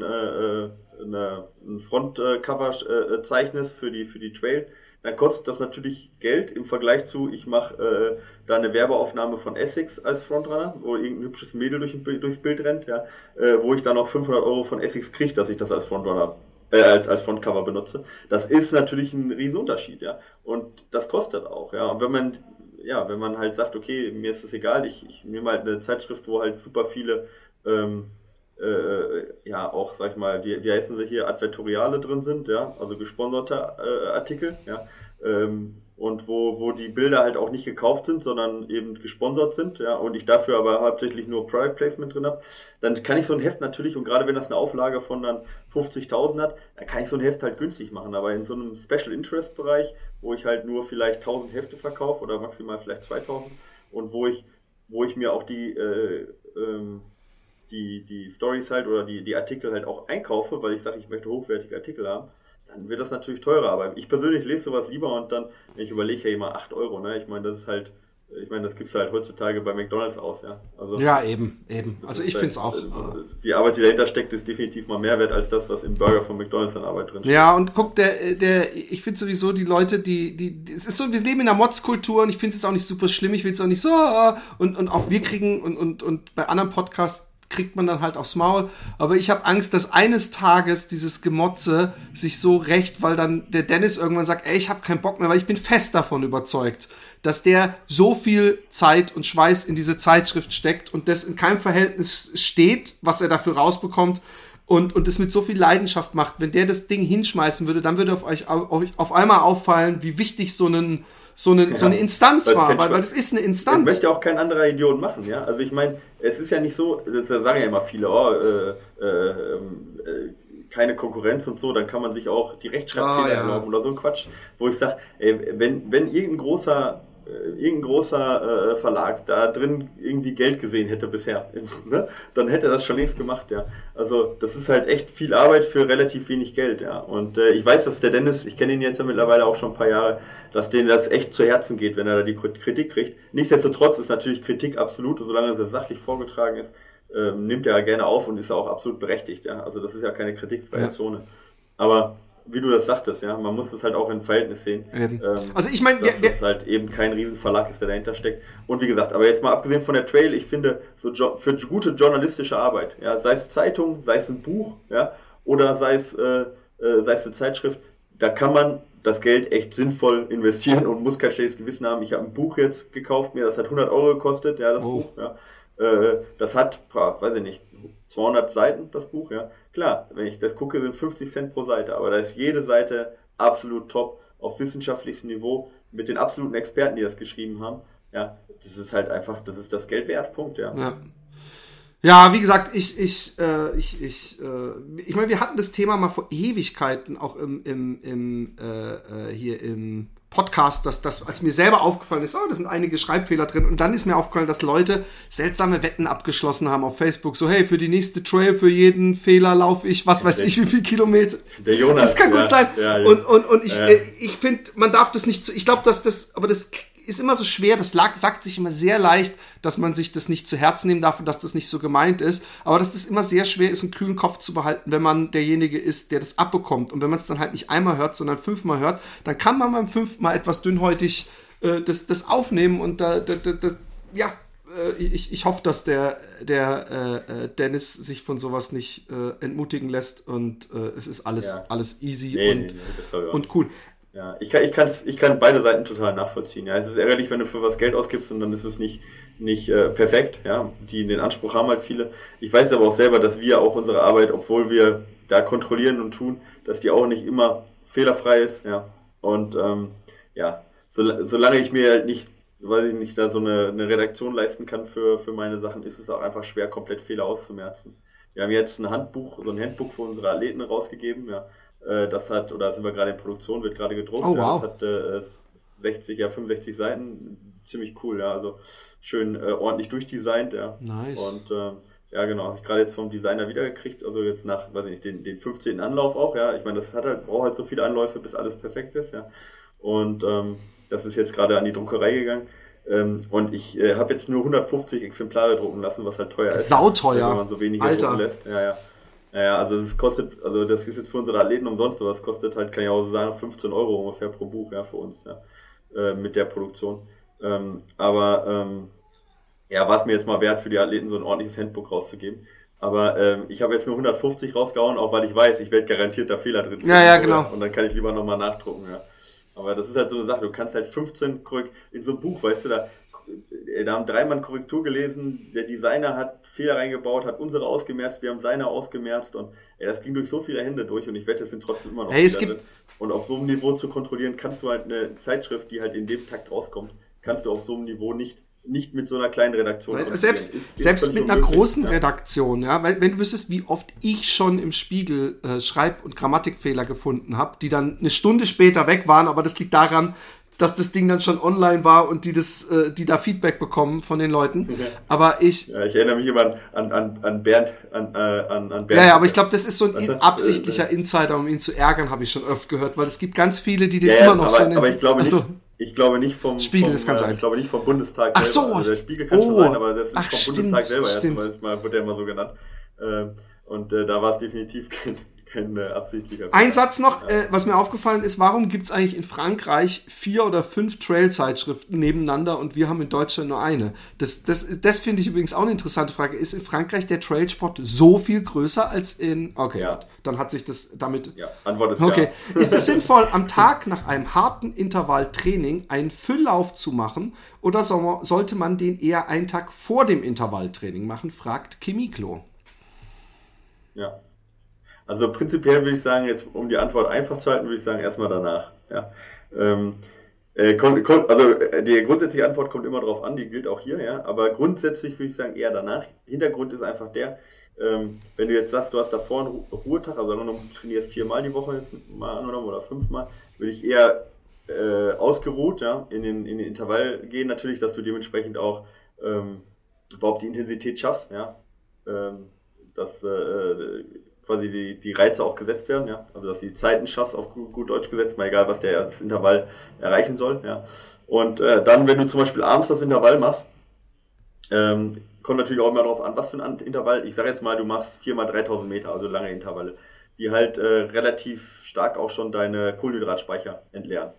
ein Frontcover zeichnest für die Trail, dann kostet das natürlich Geld im Vergleich zu, ich mache da eine Werbeaufnahme von Essex als Frontrunner, wo irgendein hübsches Mädel durchs Bild rennt, ja, wo ich dann noch 500 € von Essex kriege, dass ich das als Frontrunner als Frontcover benutze. Das ist natürlich ein Riesenunterschied, ja. Und das kostet auch, ja. Und wenn man halt sagt, okay, mir ist das egal, ich nehme halt eine Zeitschrift, wo halt super viele auch, sag ich mal, wie heißen sie hier, Advertoriale drin sind, ja, also gesponserte Artikel, ja, und wo die Bilder halt auch nicht gekauft sind, sondern eben gesponsert sind, ja, und ich dafür aber hauptsächlich nur Product Placement drin habe, dann kann ich so ein Heft natürlich, und gerade wenn das eine Auflage von dann 50.000 hat, dann kann ich so ein Heft halt günstig machen, aber in so einem Special Interest Bereich, wo ich halt nur vielleicht 1000 Hefte verkaufe oder maximal vielleicht 2000 und wo ich mir auch die Stories halt oder die Artikel halt auch einkaufe, weil ich sage, ich möchte hochwertige Artikel haben, dann wird das natürlich teurer. Aber ich persönlich lese sowas lieber und dann, wenn ich überlege, hey, mal 8 €, ne? Ich meine, das gibt es halt heutzutage bei McDonalds aus, ja. Also, ja, eben. Also ich finde es auch. Die Arbeit, die dahinter steckt, ist definitiv mal mehr wert als das, was im Burger von McDonalds an Arbeit drin steht. Ja, und guck, ich finde sowieso die Leute, es ist so, wir leben in einer Mods-Kultur und ich finde es auch nicht super schlimm, ich will es auch nicht so, und auch wir kriegen, und bei anderen Podcasts kriegt man dann halt aufs Maul. Aber ich habe Angst, dass eines Tages dieses Gemotze sich so rächt, weil dann der Dennis irgendwann sagt, ey, ich habe keinen Bock mehr, weil ich bin fest davon überzeugt, dass der so viel Zeit und Schweiß in diese Zeitschrift steckt und das in keinem Verhältnis steht, was er dafür rausbekommt und es mit so viel Leidenschaft macht. Wenn der das Ding hinschmeißen würde, dann würde euch auf einmal auffallen, wie wichtig so eine Instanz war, weil das ist eine Instanz. Das möchte ja auch kein anderer Idiot machen, ja. Also ich meine, es ist ja nicht so, das sagen ja immer viele, keine Konkurrenz und so, dann kann man sich auch die Rechtschreibfehler erlauben oder so ein Quatsch, wo ich sage, wenn irgendein großer irgendein großer Verlag da drin irgendwie Geld gesehen hätte bisher, ne? Dann hätte er das schon längst gemacht, ja. Also das ist halt echt viel Arbeit für relativ wenig Geld, ja. Und ich weiß, dass der Dennis, ich kenne ihn jetzt ja mittlerweile auch schon ein paar Jahre, dass denen das echt zu Herzen geht, wenn er da die Kritik kriegt. Nichtsdestotrotz ist natürlich Kritik absolut, und solange es sachlich vorgetragen ist, nimmt er gerne auf und ist auch absolut berechtigt, ja. Also das ist ja keine kritikfreie Zone. Aber wie du das sagtest, ja, man muss es halt auch im Verhältnis sehen. Also ich meine, dass es halt eben kein Riesenverlag ist, der dahinter steckt. Und wie gesagt, aber jetzt mal abgesehen von der Trail, ich finde, für gute journalistische Arbeit, ja, sei es Zeitung, sei es ein Buch, ja, oder sei es eine Zeitschrift, da kann man das Geld echt sinnvoll investieren und muss kein schlechtes Gewissen haben. Ich habe ein Buch jetzt gekauft, das hat 100 Euro gekostet, ja, das Buch, ja. Das hat, weiß ich nicht, 200 Seiten, das Buch, ja. Klar, wenn ich das gucke, sind 50 Cent pro Seite, aber da ist jede Seite absolut top, auf wissenschaftlichem Niveau, mit den absoluten Experten, die das geschrieben haben. Ja, das ist halt einfach, das ist das Geld wert, Punkt, ja. Ja, wie gesagt, ich meine, wir hatten das Thema mal vor Ewigkeiten auch hier im Podcast, dass als mir selber aufgefallen ist, da sind einige Schreibfehler drin, und dann ist mir aufgefallen, dass Leute seltsame Wetten abgeschlossen haben auf Facebook, so hey, für die nächste Trail, für jeden Fehler laufe ich, was weiß ich, wie viel Kilometer. Der Jonas. Das kann gut sein. Ja. Und ich finde, man darf das nicht, ich glaube, dass das ist immer so schwer, das sagt sich immer sehr leicht, dass man sich das nicht zu Herzen nehmen darf und dass das nicht so gemeint ist, aber dass das immer sehr schwer ist, einen kühlen Kopf zu behalten, wenn man derjenige ist, der das abbekommt, und wenn man es dann halt nicht einmal hört, sondern 5-mal hört, dann kann man beim 5. Mal etwas dünnhäutig das aufnehmen, und ich hoffe, dass der Dennis sich von sowas nicht entmutigen lässt, und es ist alles easy und cool. Ja, ich kann beide Seiten total nachvollziehen. Ja, es ist ärgerlich, wenn du für was Geld ausgibst und dann ist es nicht perfekt. Ja, den Anspruch haben halt viele. Ich weiß aber auch selber, dass wir auch unsere Arbeit, obwohl wir da kontrollieren und tun, dass die auch nicht immer fehlerfrei ist. Ja, und solange ich mir halt nicht, weiß ich nicht, da so eine Redaktion leisten kann für meine Sachen, ist es auch einfach schwer, komplett Fehler auszumerzen. Wir haben jetzt ein Handbuch für unsere Athleten rausgegeben. Ja. Das hat, oder sind wir gerade in Produktion, wird gerade gedruckt. Oh, wow. Das hat 65 Seiten, ziemlich cool, ja, also schön ordentlich durchdesignt, ja. Nice. Und genau, habe ich gerade jetzt vom Designer wiedergekriegt, also jetzt nach, weiß ich nicht, den 15. Anlauf auch, ja. Ich meine, das braucht halt so viele Anläufe, bis alles perfekt ist, ja. Und das ist jetzt gerade an die Druckerei gegangen. Und ich habe jetzt nur 150 Exemplare drucken lassen, was halt teuer ist. Sauteuer. Wenn man so wenig drucken lässt. Ja, also das ist jetzt für unsere Athleten umsonst, aber es kostet halt, kann ich auch so sagen, 15 Euro ungefähr pro Buch, ja, für uns, ja, mit der Produktion. War es mir jetzt mal wert, für die Athleten so ein ordentliches Handbuch rauszugeben. Aber ich habe jetzt nur 150 rausgehauen, auch weil ich weiß, ich werde garantiert da Fehler drin finden. Ja, genau. Und dann kann ich lieber nochmal nachdrucken, ja. Aber das ist halt so eine Sache, du kannst halt 15 in so einem Buch, weißt du, da haben 3 Mann Korrektur gelesen, der Designer hat Fehler reingebaut, hat unsere ausgemerzt, wir haben seine ausgemerzt, und das ging durch so viele Hände durch, und ich wette, es sind trotzdem immer noch Fehler drin. Und auf so einem Niveau zu kontrollieren, kannst du halt eine Zeitschrift, die halt in dem Takt rauskommt, kannst du auf so einem Niveau nicht mit so einer kleinen Redaktion. Selbst mit einer großen Redaktion, ja, weil wenn du wüsstest, wie oft ich schon im Spiegel Schreib- und Grammatikfehler gefunden habe, die dann eine Stunde später weg waren, aber das liegt daran, dass das Ding dann schon online war und die da Feedback bekommen von den Leuten. Okay. Aber ich erinnere mich immer an Bernd. Bernd. Ja, aber ich glaube, das ist so ein absichtlicher Insider, um ihn zu ärgern, habe ich schon oft gehört, weil es gibt ganz viele, die den immer noch so nennen. Aber ich glaube nicht vom Spiegel, das kann sein. Ich glaube nicht vom Bundestag selber. Ach so. Also der Spiegel kann schon sein, aber das ist vom stimmt, Bundestag selber stimmt. erstmal, wird der immer so genannt. Und da war es definitiv kein absichtlicher Fehler. Ein Satz noch, was mir aufgefallen ist, warum gibt es eigentlich in Frankreich 4 oder 5 Trail-Zeitschriften nebeneinander und wir haben in Deutschland nur eine? Das finde ich übrigens auch eine interessante Frage. Ist in Frankreich der Trailsport so viel größer als in... Okay, ja. Gut. Dann hat sich das damit... Ja, Antwort ist okay. Ja. Ist es sinnvoll, am Tag nach einem harten Intervalltraining einen Fülllauf zu machen, oder sollte man den eher einen Tag vor dem Intervalltraining machen, fragt Kimiklo. Ja. Also prinzipiell würde ich sagen, jetzt um die Antwort einfach zu halten, würde ich sagen, erstmal danach. Ja. Die grundsätzliche Antwort kommt immer drauf an, die gilt auch hier, ja. Aber grundsätzlich würde ich sagen, eher danach. Hintergrund ist einfach der, wenn du jetzt sagst, du hast davor einen Ruhetag, also du trainierst 4-mal die Woche mal angenommen oder 5-mal, würde ich eher ausgeruht, ja, in den Intervall gehen natürlich, dass du dementsprechend auch überhaupt die Intensität schaffst, ja, dass quasi die Reize auch gesetzt werden, ja, also dass die Zeiten schaffst, auf gut Deutsch gesetzt, mal egal, was das Intervall erreichen soll, ja. Und dann, wenn du zum Beispiel abends das Intervall machst, kommt natürlich auch immer darauf an, was für ein Intervall. Ich sage jetzt mal, du machst 4x3000 Meter, also lange Intervalle, die halt relativ stark auch schon deine Kohlenhydratspeicher entleeren.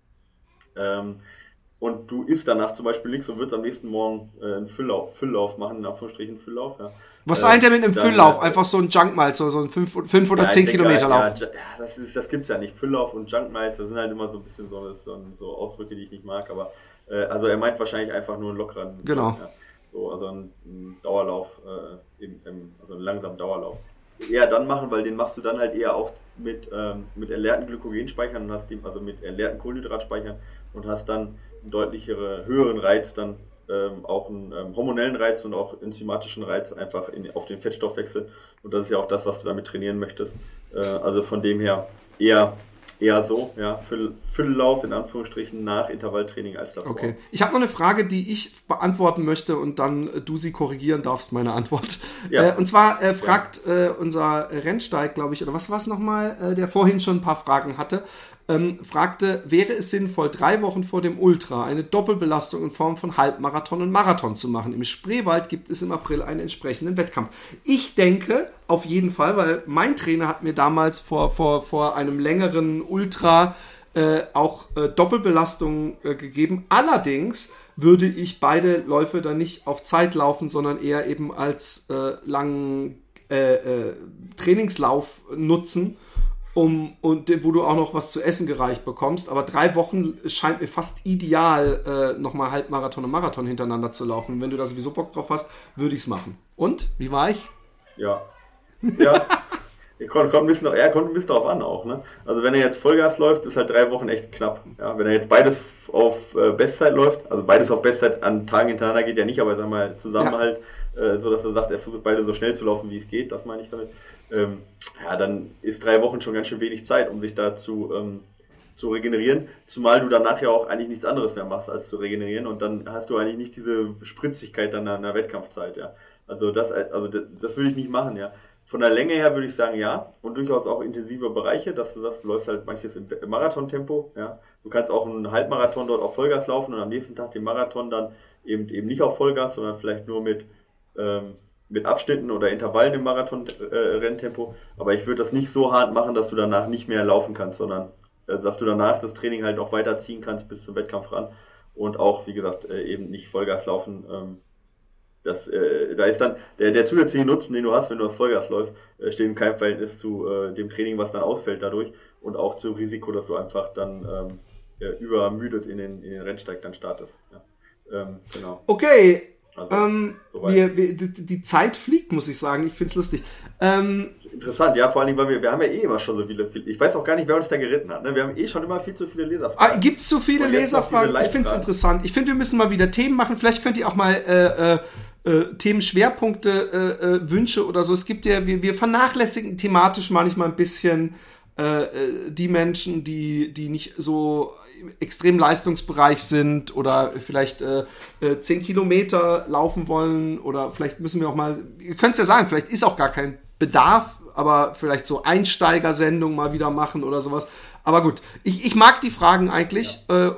Und du isst danach zum Beispiel nichts und würdest am nächsten Morgen einen Fülllauf machen, in Anführungsstrichen Fülllauf. Ja. Was meint der mit einem Fülllauf? Einfach so ein Junkmiles, so ein 5 oder 10 Kilometer Lauf. Ja, das gibt's ja nicht. Fülllauf und Junkmiles, das sind halt immer so ein bisschen so Ausdrücke, die ich nicht mag, aber also er meint wahrscheinlich einfach nur einen lockeren. Genau. Ja. So, also ein Dauerlauf, also einen langsamen Dauerlauf. Eher dann machen, weil den machst du dann halt eher auch mit erleerten Glykogenspeichern und hast also mit erleerten Kohlenhydratspeichern und hast dann einen deutlich höheren Reiz, dann auch einen hormonellen Reiz und auch enzymatischen Reiz einfach auf den Fettstoffwechsel. Und das ist ja auch das, was du damit trainieren möchtest. Also von dem her eher so, ja, Fülllauf in Anführungsstrichen nach Intervalltraining als davor. Okay. Ich habe noch eine Frage, die ich beantworten möchte und dann du sie korrigieren darfst, meine Antwort. Ja. Und zwar fragt unser Rennsteig, glaube ich, oder was war es nochmal, der vorhin schon ein paar Fragen hatte, fragte, wäre es sinnvoll, 3 Wochen vor dem Ultra eine Doppelbelastung in Form von Halbmarathon und Marathon zu machen? Im Spreewald gibt es im April einen entsprechenden Wettkampf. Ich denke, auf jeden Fall, weil mein Trainer hat mir damals vor einem längeren Ultra auch Doppelbelastung gegeben. Allerdings würde ich beide Läufe dann nicht auf Zeit laufen, sondern eher eben als langen Trainingslauf nutzen, und wo du auch noch was zu essen gereicht bekommst. Aber 3 Wochen scheint mir fast ideal, nochmal Halbmarathon und Marathon hintereinander zu laufen. Und wenn du da sowieso Bock drauf hast, würde ich es machen. Und? Wie war ich? Ja. Kommt ein bisschen darauf an auch, ne? Also wenn er jetzt Vollgas läuft, ist halt 3 Wochen echt knapp. Ja? Wenn er jetzt beides auf Bestzeit läuft, also beides auf Bestzeit an Tagen hintereinander geht ja nicht, aber sagen wir mal zusammen halt, so dass er sagt, er versucht beide so schnell zu laufen, wie es geht, das meine ich damit. Dann ist 3 Wochen schon ganz schön wenig Zeit, um sich da zu regenerieren, zumal du danach ja auch eigentlich nichts anderes mehr machst, als zu regenerieren und dann hast du eigentlich nicht diese Spritzigkeit dann an der Wettkampfzeit, ja. Also das würde ich nicht machen, ja. Von der Länge her würde ich sagen, ja, und durchaus auch intensive Bereiche, dass du sagst, du läufst halt manches im Marathontempo, ja. Du kannst auch einen Halbmarathon dort auf Vollgas laufen und am nächsten Tag den Marathon dann eben nicht auf Vollgas, sondern vielleicht nur mit Abschnitten oder Intervallen im Marathon-Renntempo, aber ich würde das nicht so hart machen, dass du danach nicht mehr laufen kannst, sondern dass du danach das Training halt auch weiterziehen kannst bis zum Wettkampf ran und auch, wie gesagt, eben nicht Vollgas laufen. Da ist dann der zusätzliche Nutzen, den du hast, wenn du aus Vollgas läufst, steht in keinem Verhältnis zu dem Training, was dann ausfällt dadurch und auch zum Risiko, dass du einfach dann übermüdet in den Rennsteig dann startest. Ja. Genau. Okay. Also, die Zeit fliegt, muss ich sagen. Ich finde es lustig. Interessant, ja, vor allem, weil wir haben ja immer schon so viele. Ich weiß auch gar nicht, wer uns da geritten hat. Ne? Wir haben schon immer viel zu viele Leserfragen. Gibt es zu viele Leserfragen? Ich finde es interessant. Ich finde, wir müssen mal wieder Themen machen. Vielleicht könnt ihr auch mal Themenschwerpunkte, Wünsche oder so. Es gibt ja, wir vernachlässigen thematisch manchmal ein bisschen die Menschen, die nicht so extrem Leistungsbereich sind oder vielleicht 10 Kilometer laufen wollen oder vielleicht müssen wir auch mal, ihr könnt es ja sagen, vielleicht ist auch gar kein Bedarf, aber vielleicht so Einsteigersendung mal wieder machen oder sowas. Aber gut, ich mag die Fragen eigentlich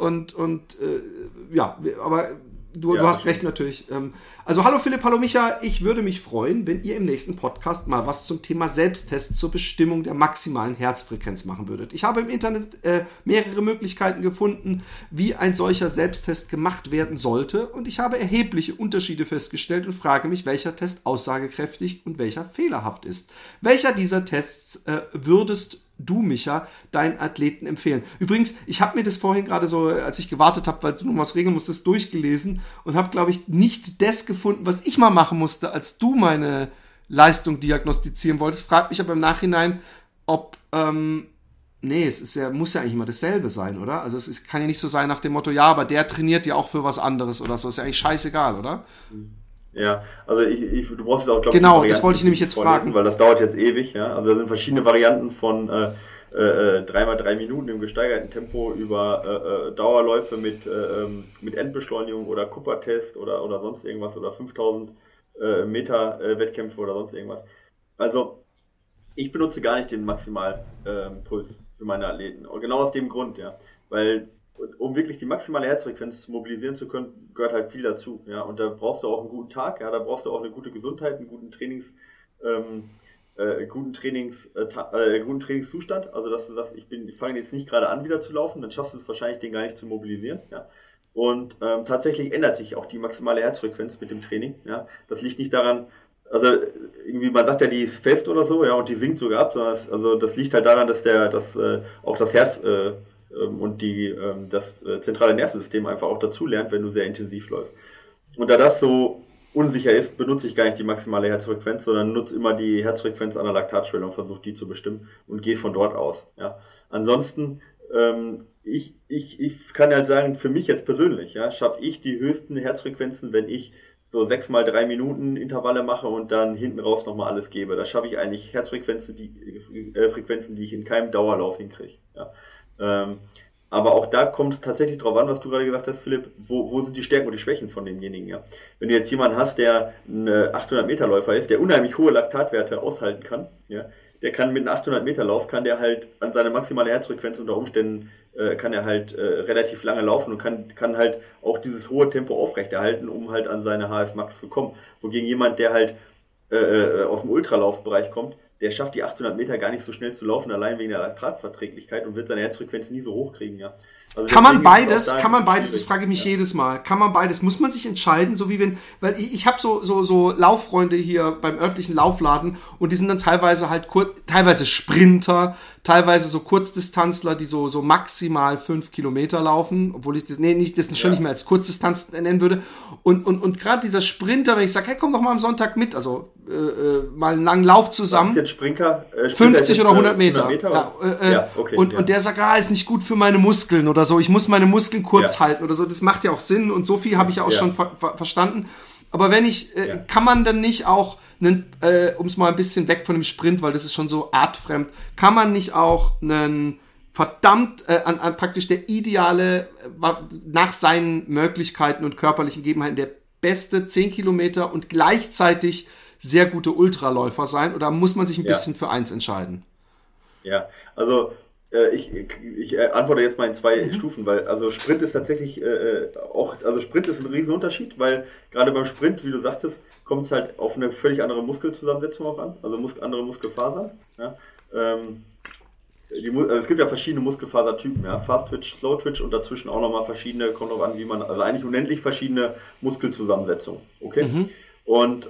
aber du hast recht natürlich. Also hallo Philipp, hallo Micha, ich würde mich freuen, wenn ihr im nächsten Podcast mal was zum Thema Selbsttest zur Bestimmung der maximalen Herzfrequenz machen würdet. Ich habe im Internet mehrere Möglichkeiten gefunden, wie ein solcher Selbsttest gemacht werden sollte und ich habe erhebliche Unterschiede festgestellt und frage mich, welcher Test aussagekräftig und welcher fehlerhaft ist. Welcher dieser Tests würdest du, Micha, deinen Athleten empfehlen? Übrigens, ich habe mir das vorhin gerade so, als ich gewartet habe, weil du noch was regeln musstest, durchgelesen und habe, glaube ich, nicht das gefunden, was ich mal machen musste, als du meine Leistung diagnostizieren wolltest. Frag mich aber im Nachhinein, ob, muss ja eigentlich immer dasselbe sein, oder? Also kann ja nicht so sein nach dem Motto, ja, aber der trainiert ja auch für was anderes oder so. Ist ja eigentlich scheißegal, oder? Ja, also du brauchst jetzt auch, glaube ich, genau, das wollte ich nämlich jetzt fragen. Weil das dauert jetzt ewig, ja. Also da sind verschiedene Varianten von 3x3 Minuten im gesteigerten Tempo über Dauerläufe mit Endbeschleunigung oder Cooper-Test oder sonst irgendwas oder 5000 Meter Wettkämpfe oder sonst irgendwas. Also ich benutze gar nicht den Maximalpuls für meine Athleten. Und genau aus dem Grund, ja. Weil um wirklich die maximale Herzfrequenz mobilisieren zu können, gehört halt viel dazu. Ja. Und da brauchst du auch einen guten Tag, ja, da brauchst du auch eine gute Gesundheit, einen guten guten Trainingszustand. Also dass du sagst, ich fange jetzt nicht gerade an wieder zu laufen, dann schaffst du es wahrscheinlich, den gar nicht zu mobilisieren. Ja. Und tatsächlich ändert sich auch die maximale Herzfrequenz mit dem Training. Ja. Das liegt nicht daran, also irgendwie, man sagt ja, die ist fest oder so, ja, und die sinkt sogar ab, sondern das liegt halt daran, dass auch das Herz und das zentrale Nervensystem einfach auch dazu lernt, wenn du sehr intensiv läufst. Und da das so unsicher ist, benutze ich gar nicht die maximale Herzfrequenz, sondern nutze immer die Herzfrequenz an der Laktatschwelle und versuche die zu bestimmen und gehe von dort aus. Ja. Ansonsten, ich kann halt sagen, für mich jetzt persönlich, ja, schaffe ich die höchsten Herzfrequenzen, wenn ich so 6x3 Minuten Intervalle mache und dann hinten raus nochmal alles gebe. Da schaffe ich eigentlich Herzfrequenzen, Frequenzen, die ich in keinem Dauerlauf hinkriege. Ja. Aber auch da kommt es tatsächlich drauf an, was du gerade gesagt hast, Philipp, wo sind die Stärken und die Schwächen von demjenigen. Ja? Wenn du jetzt jemanden hast, der ein 800-Meter-Läufer ist, der unheimlich hohe Laktatwerte aushalten kann, ja, der kann mit einem 800-Meter-Lauf, kann der halt an seine maximale Herzfrequenz unter Umständen, kann er halt relativ lange laufen und kann halt auch dieses hohe Tempo aufrechterhalten, um halt an seine HF-Max zu kommen. Wogegen jemand, der halt aus dem Ultralaufbereich kommt, der schafft die 800 Meter gar nicht so schnell zu laufen, allein wegen der Laktatverträglichkeit und wird seine Herzfrequenz nie so hoch kriegen, ja. Also kann man beides, das frage ich mich jedes Mal. Kann man beides? Muss man sich entscheiden, so wie wenn, weil ich habe so Lauffreunde hier beim örtlichen Laufladen und die sind dann teilweise halt teilweise Sprinter, teilweise so Kurzdistanzler, die so maximal 5 Kilometer laufen, obwohl ich das schon nicht mehr als Kurzdistanz nennen würde. Und gerade dieser Sprinter, wenn ich sage, hey, komm doch mal am Sonntag mit, also mal einen langen Lauf zusammen. Jetzt Sprinter, 50 oder 100 Meter. Okay, und der sagt, ist nicht gut für meine Muskeln oder so, ich muss meine Muskeln kurz halten oder so, das macht ja auch Sinn und so viel habe ich ja auch schon verstanden. Aber wenn kann man dann nicht auch, um es mal ein bisschen weg von dem Sprint, weil das ist schon so artfremd, kann man nicht auch einen verdammt praktisch der ideale, nach seinen Möglichkeiten und körperlichen Gegebenheiten, der beste 10 Kilometer und gleichzeitig sehr gute Ultraläufer sein? Oder muss man sich ein bisschen für eins entscheiden? Ja, also ich antworte jetzt mal in 2 Stufen, weil also Sprint ist tatsächlich Sprint ist ein Riesenunterschied, weil gerade beim Sprint, wie du sagtest, kommt es halt auf eine völlig andere Muskelzusammensetzung auch an, also andere Muskelfasern. Ja. Es gibt ja verschiedene Muskelfasertypen, ja, Fast Twitch, Slow Twitch und dazwischen auch nochmal verschiedene, kommt drauf an, also eigentlich unendlich verschiedene Muskelzusammensetzungen. Okay? Und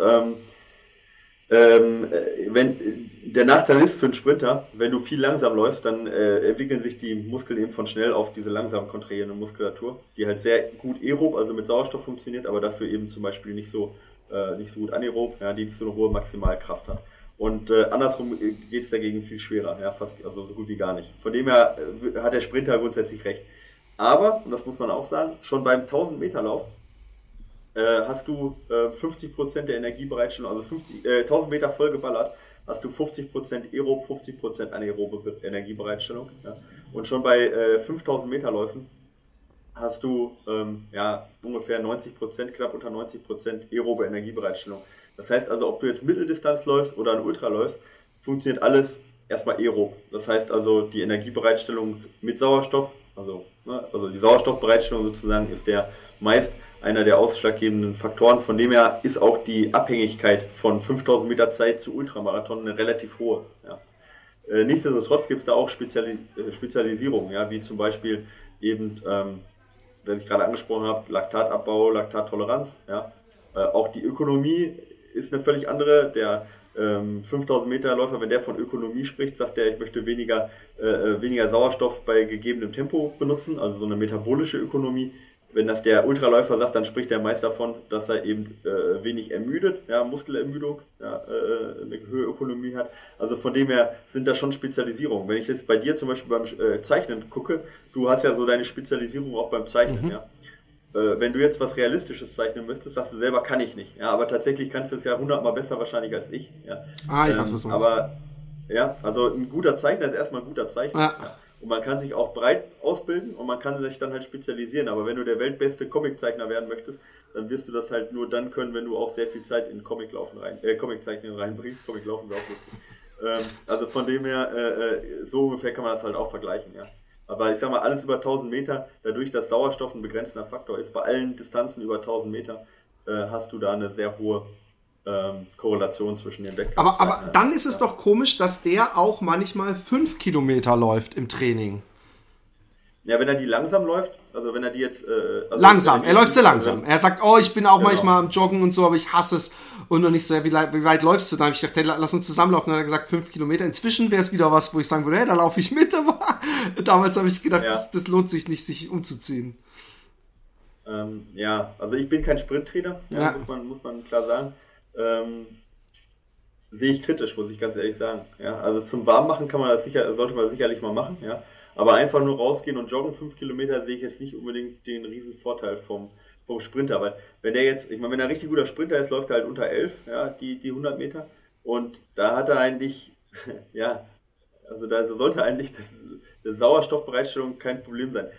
wenn der Nachteil ist für einen Sprinter, wenn du viel langsam läufst, dann entwickeln sich die Muskeln eben von schnell auf diese langsam kontrahierende Muskulatur, die halt sehr gut aerob, also mit Sauerstoff funktioniert, aber dafür eben zum Beispiel nicht so gut anaerob, ja, die nicht so eine hohe Maximalkraft hat. Und andersrum geht es dagegen viel schwerer, ja, also so gut wie gar nicht. Von dem her hat der Sprinter grundsätzlich recht. Aber, und das muss man auch sagen, schon beim 1000-Meter-Lauf hast du 50% der Energiebereitstellung, also 1000 Meter voll geballert, hast du 50% aerob, 50% anaerobe Energiebereitstellung. Ja. Und schon bei 5000 Meter Läufen hast du ungefähr 90%, knapp unter 90% aerobe Energiebereitstellung. Das heißt also, ob du jetzt Mitteldistanz läufst oder ein Ultra läufst, funktioniert alles erstmal aerob. Das heißt also, die Energiebereitstellung mit Sauerstoff, also die Sauerstoffbereitstellung sozusagen, ist meist einer der ausschlaggebenden Faktoren. Von dem her ist auch die Abhängigkeit von 5000 Meter Zeit zu Ultramarathon eine relativ hohe. Ja. Nichtsdestotrotz gibt es da auch Spezialisierungen, ja, wie zum Beispiel eben, was ich gerade angesprochen habe, Laktatabbau, Laktattoleranz. Ja. Auch die Ökonomie ist eine völlig andere. Der 5000 Meter Läufer, wenn der von Ökonomie spricht, sagt er, ich möchte weniger Sauerstoff bei gegebenem Tempo benutzen, also so eine metabolische Ökonomie. Wenn das der Ultraläufer sagt, dann spricht er meist davon, dass er eben wenig ermüdet, ja, Muskelermüdung, ja, eine höhere Ökonomie hat. Also von dem her sind da schon Spezialisierungen. Wenn ich jetzt bei dir zum Beispiel beim Zeichnen gucke, du hast ja so deine Spezialisierung auch beim Zeichnen, ja. Wenn du jetzt was Realistisches zeichnen müsstest, sagst du selber, kann ich nicht. Ja, aber tatsächlich kannst du es ja 100-mal besser wahrscheinlich als ich. Ja. Ich weiß, was du meinst. Ja, also ein guter Zeichner ist erstmal ein guter Zeichner. Ja. Und man kann sich auch breit ausbilden und man kann sich dann halt spezialisieren. Aber wenn du der weltbeste Comiczeichner werden möchtest, dann wirst du das halt nur dann können, wenn du auch sehr viel Zeit in Comiczeichnen reinbringst. Comiclaufen ist auch lustig. Also von dem her, so ungefähr kann man das halt auch vergleichen, ja. Aber ich sag mal, alles über 1000 Meter, dadurch, dass Sauerstoff ein begrenzender Faktor ist, bei allen Distanzen über 1000 Meter, hast du da eine sehr hohe Korrelation zwischen den Wettkampf. Aber dann ist es doch komisch, dass der auch manchmal 5 Kilometer läuft im Training. Ja, wenn er die langsam läuft, also wenn er die jetzt... langsam, er läuft sehr langsam. Er sagt, ich bin auch manchmal am Joggen und so, aber ich hasse es. Und noch nicht so, wie weit läufst du? Dann habe ich gedacht, hey, lass uns zusammenlaufen. Dann hat er gesagt, 5 Kilometer. Inzwischen wäre es wieder was, wo ich sagen würde, hey, da laufe ich mit. Aber damals habe ich gedacht, das lohnt sich nicht, sich umzuziehen. Also ich bin kein Sprinttrainer, muss man klar sagen. Sehe ich kritisch, muss ich ganz ehrlich sagen. Ja, also zum Warmmachen sollte man sicherlich mal machen, ja. Aber einfach nur rausgehen und joggen 5 Kilometer sehe ich jetzt nicht unbedingt den riesen Vorteil vom Sprinter, weil wenn er ein richtig guter Sprinter ist, läuft er halt unter 11, ja, die 100 Meter und da hat er eigentlich, also da sollte eigentlich die Sauerstoffbereitstellung kein Problem sein.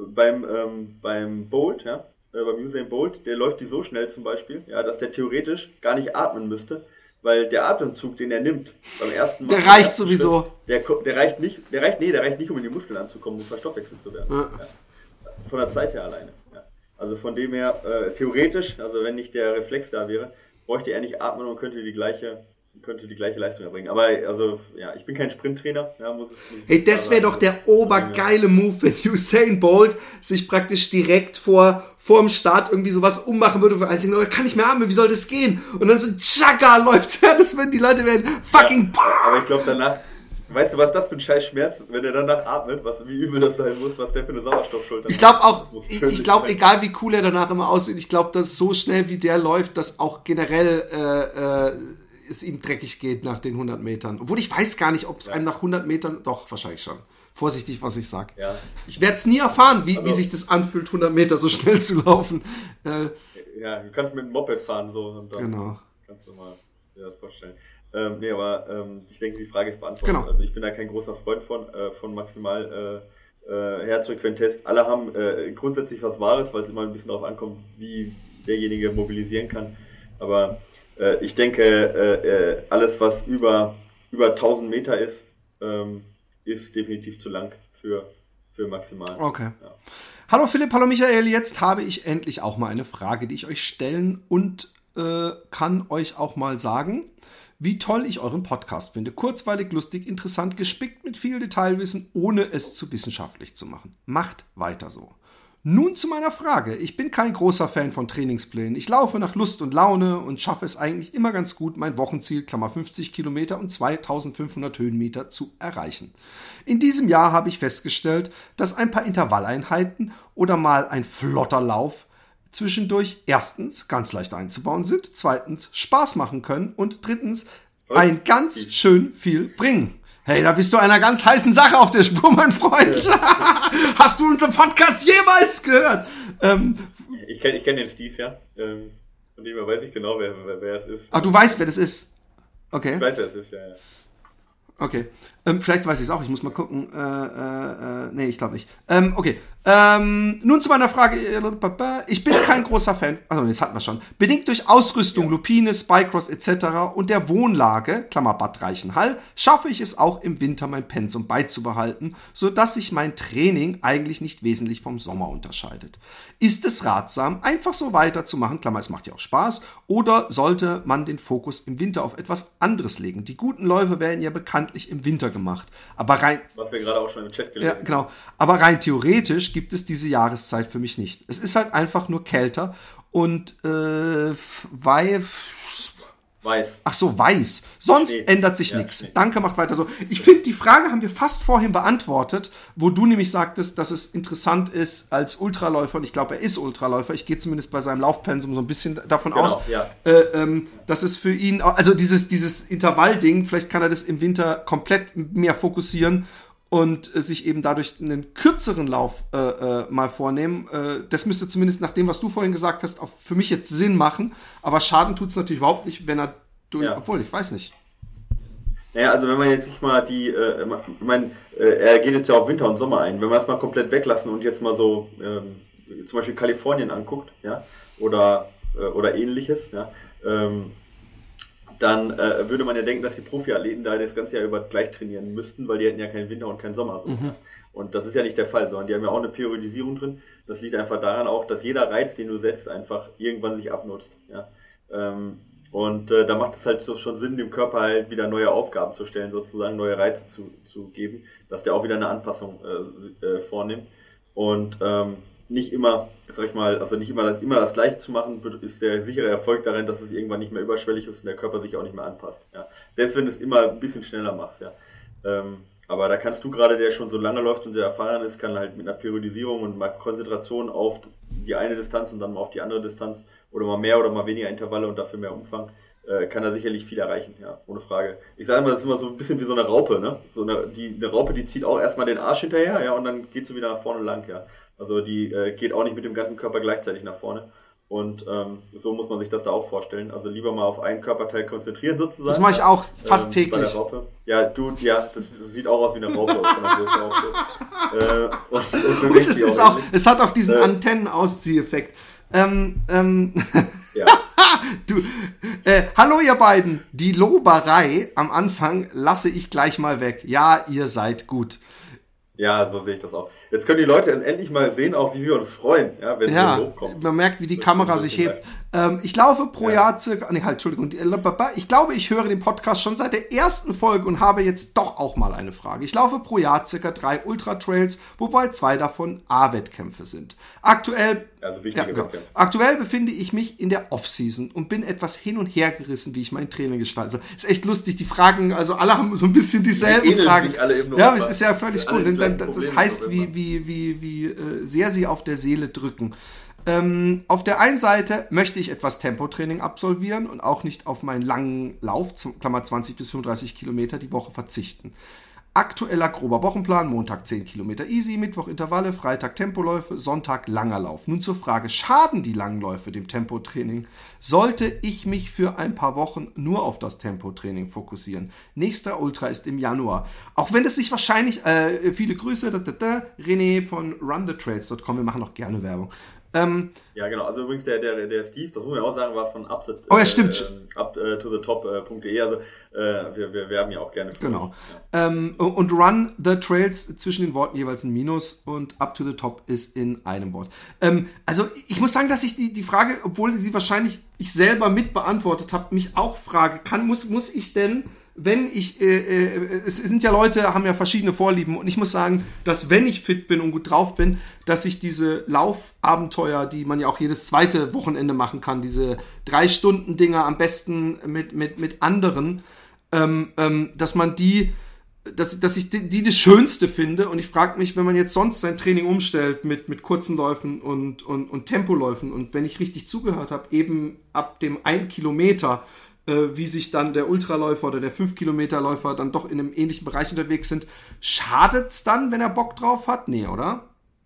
Beim Bolt, beim Usain Bolt, der läuft die so schnell zum Beispiel, ja, dass der theoretisch gar nicht atmen müsste, weil der Atemzug, den er nimmt beim ersten Mal... Der reicht sowieso. Schritt, der reicht nicht, um in die Muskeln anzukommen, um verstoffwechselt zu werden. Ja. Von der Zeit her alleine. Ja. Also von dem her, theoretisch, also wenn nicht der Reflex da wäre, bräuchte er nicht atmen und könnte die gleiche Leistung erbringen. Aber also, ich bin kein Sprinttrainer. Ja, hey, das wäre doch der obergeile Move, wenn Usain Bolt sich praktisch direkt vorm Start irgendwie sowas ummachen würde, für einzigen, kann nicht mehr atmen, wie soll das gehen? Und dann so ein Chaka läuft, das würden die Leute werden fucking... Ja, aber ich glaube danach, weißt du, was das für ein scheiß Schmerz, wenn er danach atmet, wie übel das sein muss, was der für eine Sauerstoffschulter hat. Ich glaube, egal wie cool er danach immer aussieht, ich glaube, dass so schnell wie der läuft, dass auch generell es ihm dreckig geht nach den 100 Metern. Obwohl ich weiß gar nicht, ob es einem nach 100 Metern... Doch, wahrscheinlich schon. Vorsichtig, was ich sage. Ja. Ich werde es nie erfahren, wie sich das anfühlt, 100 Meter so schnell zu laufen. Du kannst mit dem Moped fahren so und dann kannst du mal dir das vorstellen. Ich denke, die Frage ist beantwortet. Genau. Also ich bin da kein großer Freund von maximal Herzfrequenztest. Alle haben grundsätzlich was Wahres, weil es immer ein bisschen darauf ankommt, wie derjenige mobilisieren kann. Aber ich denke, alles, was über 1000 Meter ist, ist definitiv zu lang für maximal. Okay. Ja. Hallo Philipp, hallo Michael. Jetzt habe ich endlich auch mal eine Frage, die ich euch stellen und kann euch auch mal sagen, wie toll ich euren Podcast finde. Kurzweilig, lustig, interessant, gespickt mit viel Detailwissen, ohne es zu wissenschaftlich zu machen. Macht weiter so. Nun zu meiner Frage. Ich bin kein großer Fan von Trainingsplänen. Ich laufe nach Lust und Laune und schaffe es eigentlich immer ganz gut, mein Wochenziel, Klammer 50 Kilometer und 2500 Höhenmeter zu erreichen. In diesem Jahr habe ich festgestellt, dass ein paar Intervalleinheiten oder mal ein flotter Lauf zwischendurch erstens ganz leicht einzubauen sind, zweitens Spaß machen können und drittens ein ganz schön viel bringen. Hey, da bist du einer ganz heißen Sache auf der Spur, mein Freund. Hast du unseren Podcast jemals gehört? Ich kenn den Steve, ja. Von dem her weiß ich genau, wer es ist. Ah, du weißt, wer das ist? Okay. Ich weiß, wer es ist, ja. Okay. Vielleicht weiß ich es auch, ich muss mal gucken. Nee, ich glaube nicht. Okay. Nun zu meiner Frage. Ich bin kein großer Fan. Also, das hatten wir schon. Bedingt durch Ausrüstung, Lupine, Spycross etc. und der Wohnlage, Klammer Bad Reichenhall, schaffe ich es auch im Winter mein Pensum beizubehalten, sodass sich mein Training eigentlich nicht wesentlich vom Sommer unterscheidet. Ist es ratsam, einfach so weiterzumachen, Klammer, es macht ja auch Spaß, oder sollte man den Fokus im Winter auf etwas anderes legen? Die guten Läufe werden ja bekanntlich im Winter gemacht. Aber rein, was wir gerade auch schon im Chat gelesen haben. Ja, genau. Aber rein theoretisch gibt es diese Jahreszeit für mich nicht. Es ist halt einfach nur kälter und Weiß. Ach so, weiß. Sonst ändert sich nichts. Danke, macht weiter so. Ich finde, die Frage haben wir fast vorhin beantwortet, wo du nämlich sagtest, dass es interessant ist als Ultraläufer, und ich glaube, er ist Ultraläufer, ich gehe zumindest bei seinem Laufpensum so ein bisschen davon aus, dass es für ihn, also dieses Intervallding, vielleicht kann er das im Winter komplett mehr fokussieren und sich eben dadurch einen kürzeren Lauf mal vornehmen. Das müsste zumindest nach dem, was du vorhin gesagt hast, auch für mich jetzt Sinn machen. Aber Schaden tut es natürlich überhaupt nicht, wenn er obwohl, ich weiß nicht. Naja, also wenn man jetzt nicht mal er geht jetzt ja auf Winter und Sommer ein. Wenn wir das mal komplett weglassen und jetzt mal so zum Beispiel Kalifornien anguckt, ja, oder ähnliches, ja, dann würde man ja denken, dass die Profiathleten da das ganze Jahr über gleich trainieren müssten, weil die hätten ja keinen Winter und keinen Sommer. So, ja. Und das ist ja nicht der Fall, sondern die haben ja auch eine Periodisierung drin. Das liegt einfach daran auch, dass jeder Reiz, den du setzt, einfach irgendwann sich abnutzt. Ja. Da macht es halt so schon Sinn, dem Körper halt wieder neue Aufgaben zu stellen, sozusagen neue Reize zu geben, dass der auch wieder eine Anpassung vornimmt. Und nicht immer, sag ich mal, also nicht immer das Gleiche zu machen, ist der sichere Erfolg darin, dass es irgendwann nicht mehr überschwellig ist und der Körper sich auch nicht mehr anpasst. Ja. Selbst wenn du es immer ein bisschen schneller machst. Ja. Aber da kannst du gerade, der schon so lange läuft und sehr erfahren ist, kann halt mit einer Periodisierung und mal Konzentration auf die eine Distanz und dann mal auf die andere Distanz oder mal mehr oder mal weniger Intervalle und dafür mehr Umfang, kann er sicherlich viel erreichen, ja, ohne Frage. Ich sage immer, das ist immer so ein bisschen wie so eine Raupe, ne? Eine Raupe, die zieht auch erstmal den Arsch hinterher, ja, und dann geht sie wieder nach vorne lang, ja. Also die geht auch nicht mit dem ganzen Körper gleichzeitig nach vorne. Und so muss man sich das da auch vorstellen. Also lieber mal auf einen Körperteil konzentrieren sozusagen. Das mache ich auch fast täglich. Bei der Raupe. Ja, das sieht auch aus wie eine Raupe. Es hat auch diesen Antennenauszieheffekt. Ja. Hallo ihr beiden. Die Loberei am Anfang lasse ich gleich mal weg. Ja, ihr seid gut. Ja, so sehe ich das auch. Jetzt können die Leute endlich mal sehen, auch wie wir uns freuen, ja, wenn wir hochkommen. Man merkt, wie die Kamera sich hebt. Ich laufe pro Jahr circa, Entschuldigung, ich glaube, ich höre den Podcast schon seit der ersten Folge und habe jetzt doch auch mal eine Frage. Ich laufe pro Jahr circa 3 Ultra-Trails, wobei 2 davon A-Wettkämpfe sind. Aktuell befinde ich mich in der Off-Season und bin etwas hin und her gerissen, wie ich mein Training gestalte. Also, ist echt lustig, die Fragen, also alle haben so ein bisschen dieselben Fragen. Ja, es ist ja völlig cool. Das heißt, wie sehr sie auf der Seele drücken. Auf der einen Seite möchte ich etwas Tempotraining absolvieren und auch nicht auf meinen langen Lauf, Klammer 20 bis 35 Kilometer die Woche verzichten. Aktueller grober Wochenplan: Montag 10 Kilometer easy, Mittwoch Intervalle, Freitag Tempoläufe, Sonntag langer Lauf. Nun zur Frage: Schaden die langen Läufe dem Tempotraining? Sollte ich mich für ein paar Wochen nur auf das Tempotraining fokussieren? Nächster Ultra ist im Januar. Auch wenn es sich wahrscheinlich, viele Grüße, René von runthetrails.com, wir machen auch gerne Werbung. Ja, genau. Also übrigens der Steve, das muss man auch sagen, war von up to the top.de. Also wir werben ja auch gerne für. Genau. Ja. Und Run the Trails, zwischen den Worten jeweils ein Minus, und up to the top ist in einem Wort. Also ich muss sagen, dass ich die Frage, obwohl sie wahrscheinlich ich selber mit beantwortet habe, mich auch frage, muss ich denn, wenn ich, es sind ja Leute, haben ja verschiedene Vorlieben, und ich muss sagen, dass wenn ich fit bin und gut drauf bin, dass ich diese Laufabenteuer, die man ja auch jedes zweite Wochenende machen kann, diese 3-Stunden-Dinger am besten mit anderen, dass ich die das Schönste finde, und ich frage mich, wenn man jetzt sonst sein Training umstellt mit kurzen Läufen und Tempoläufen, und wenn ich richtig zugehört habe, eben ab dem 1 Kilometer, wie sich dann der Ultraläufer oder der 5-Kilometer-Läufer dann doch in einem ähnlichen Bereich unterwegs sind, schadet's dann, wenn er Bock drauf hat? Nee, oder?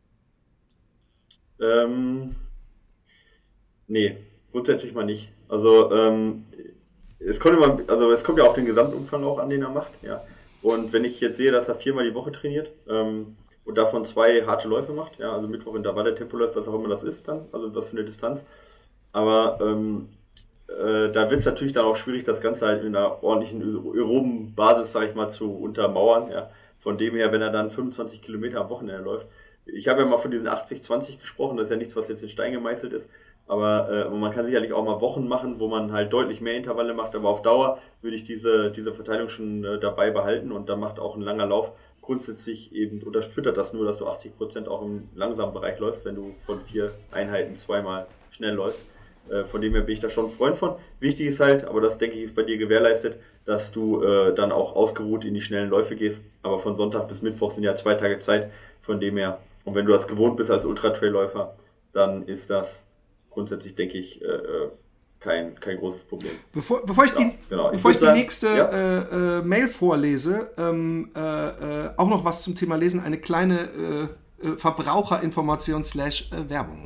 Nee, grundsätzlich mal nicht. Also es kommt ja auf den Gesamtumfang auch an, den er macht, ja. Und wenn ich jetzt sehe, dass er 4-mal die Woche trainiert und davon 2 harte Läufe macht, ja, also Mittwoch Intervalle, Tempoläufe, was auch immer das ist dann, also was für eine Distanz, aber da wird es natürlich dann auch schwierig, das Ganze halt in einer ordentlichen aeroben Basis, sag ich mal, zu untermauern. Ja. Von dem her, wenn er dann 25 Kilometer am Wochenende läuft. Ich habe ja mal von diesen 80-20 gesprochen, das ist ja nichts, was jetzt in Stein gemeißelt ist. Aber man kann sicherlich auch mal Wochen machen, wo man halt deutlich mehr Intervalle macht. Aber auf Dauer würde ich diese Verteilung schon dabei behalten, und da macht auch ein langer Lauf grundsätzlich eben, unterfüttert das nur, dass du 80% auch im langsamen Bereich läufst, wenn du von 4 Einheiten 2-mal schnell läufst. Von dem her bin ich da schon ein Freund von. Wichtig ist halt, aber das denke ich ist bei dir gewährleistet, dass du dann auch ausgeruht in die schnellen Läufe gehst. Aber von Sonntag bis Mittwoch sind ja 2 Tage Zeit. Von dem her, und wenn du das gewohnt bist als Ultra-Trail-Läufer, dann ist das grundsätzlich, denke ich, kein großes Problem. Bevor ich die nächste Mail vorlese, auch noch was zum Thema Lesen, eine kleine Verbraucherinformation / Werbung.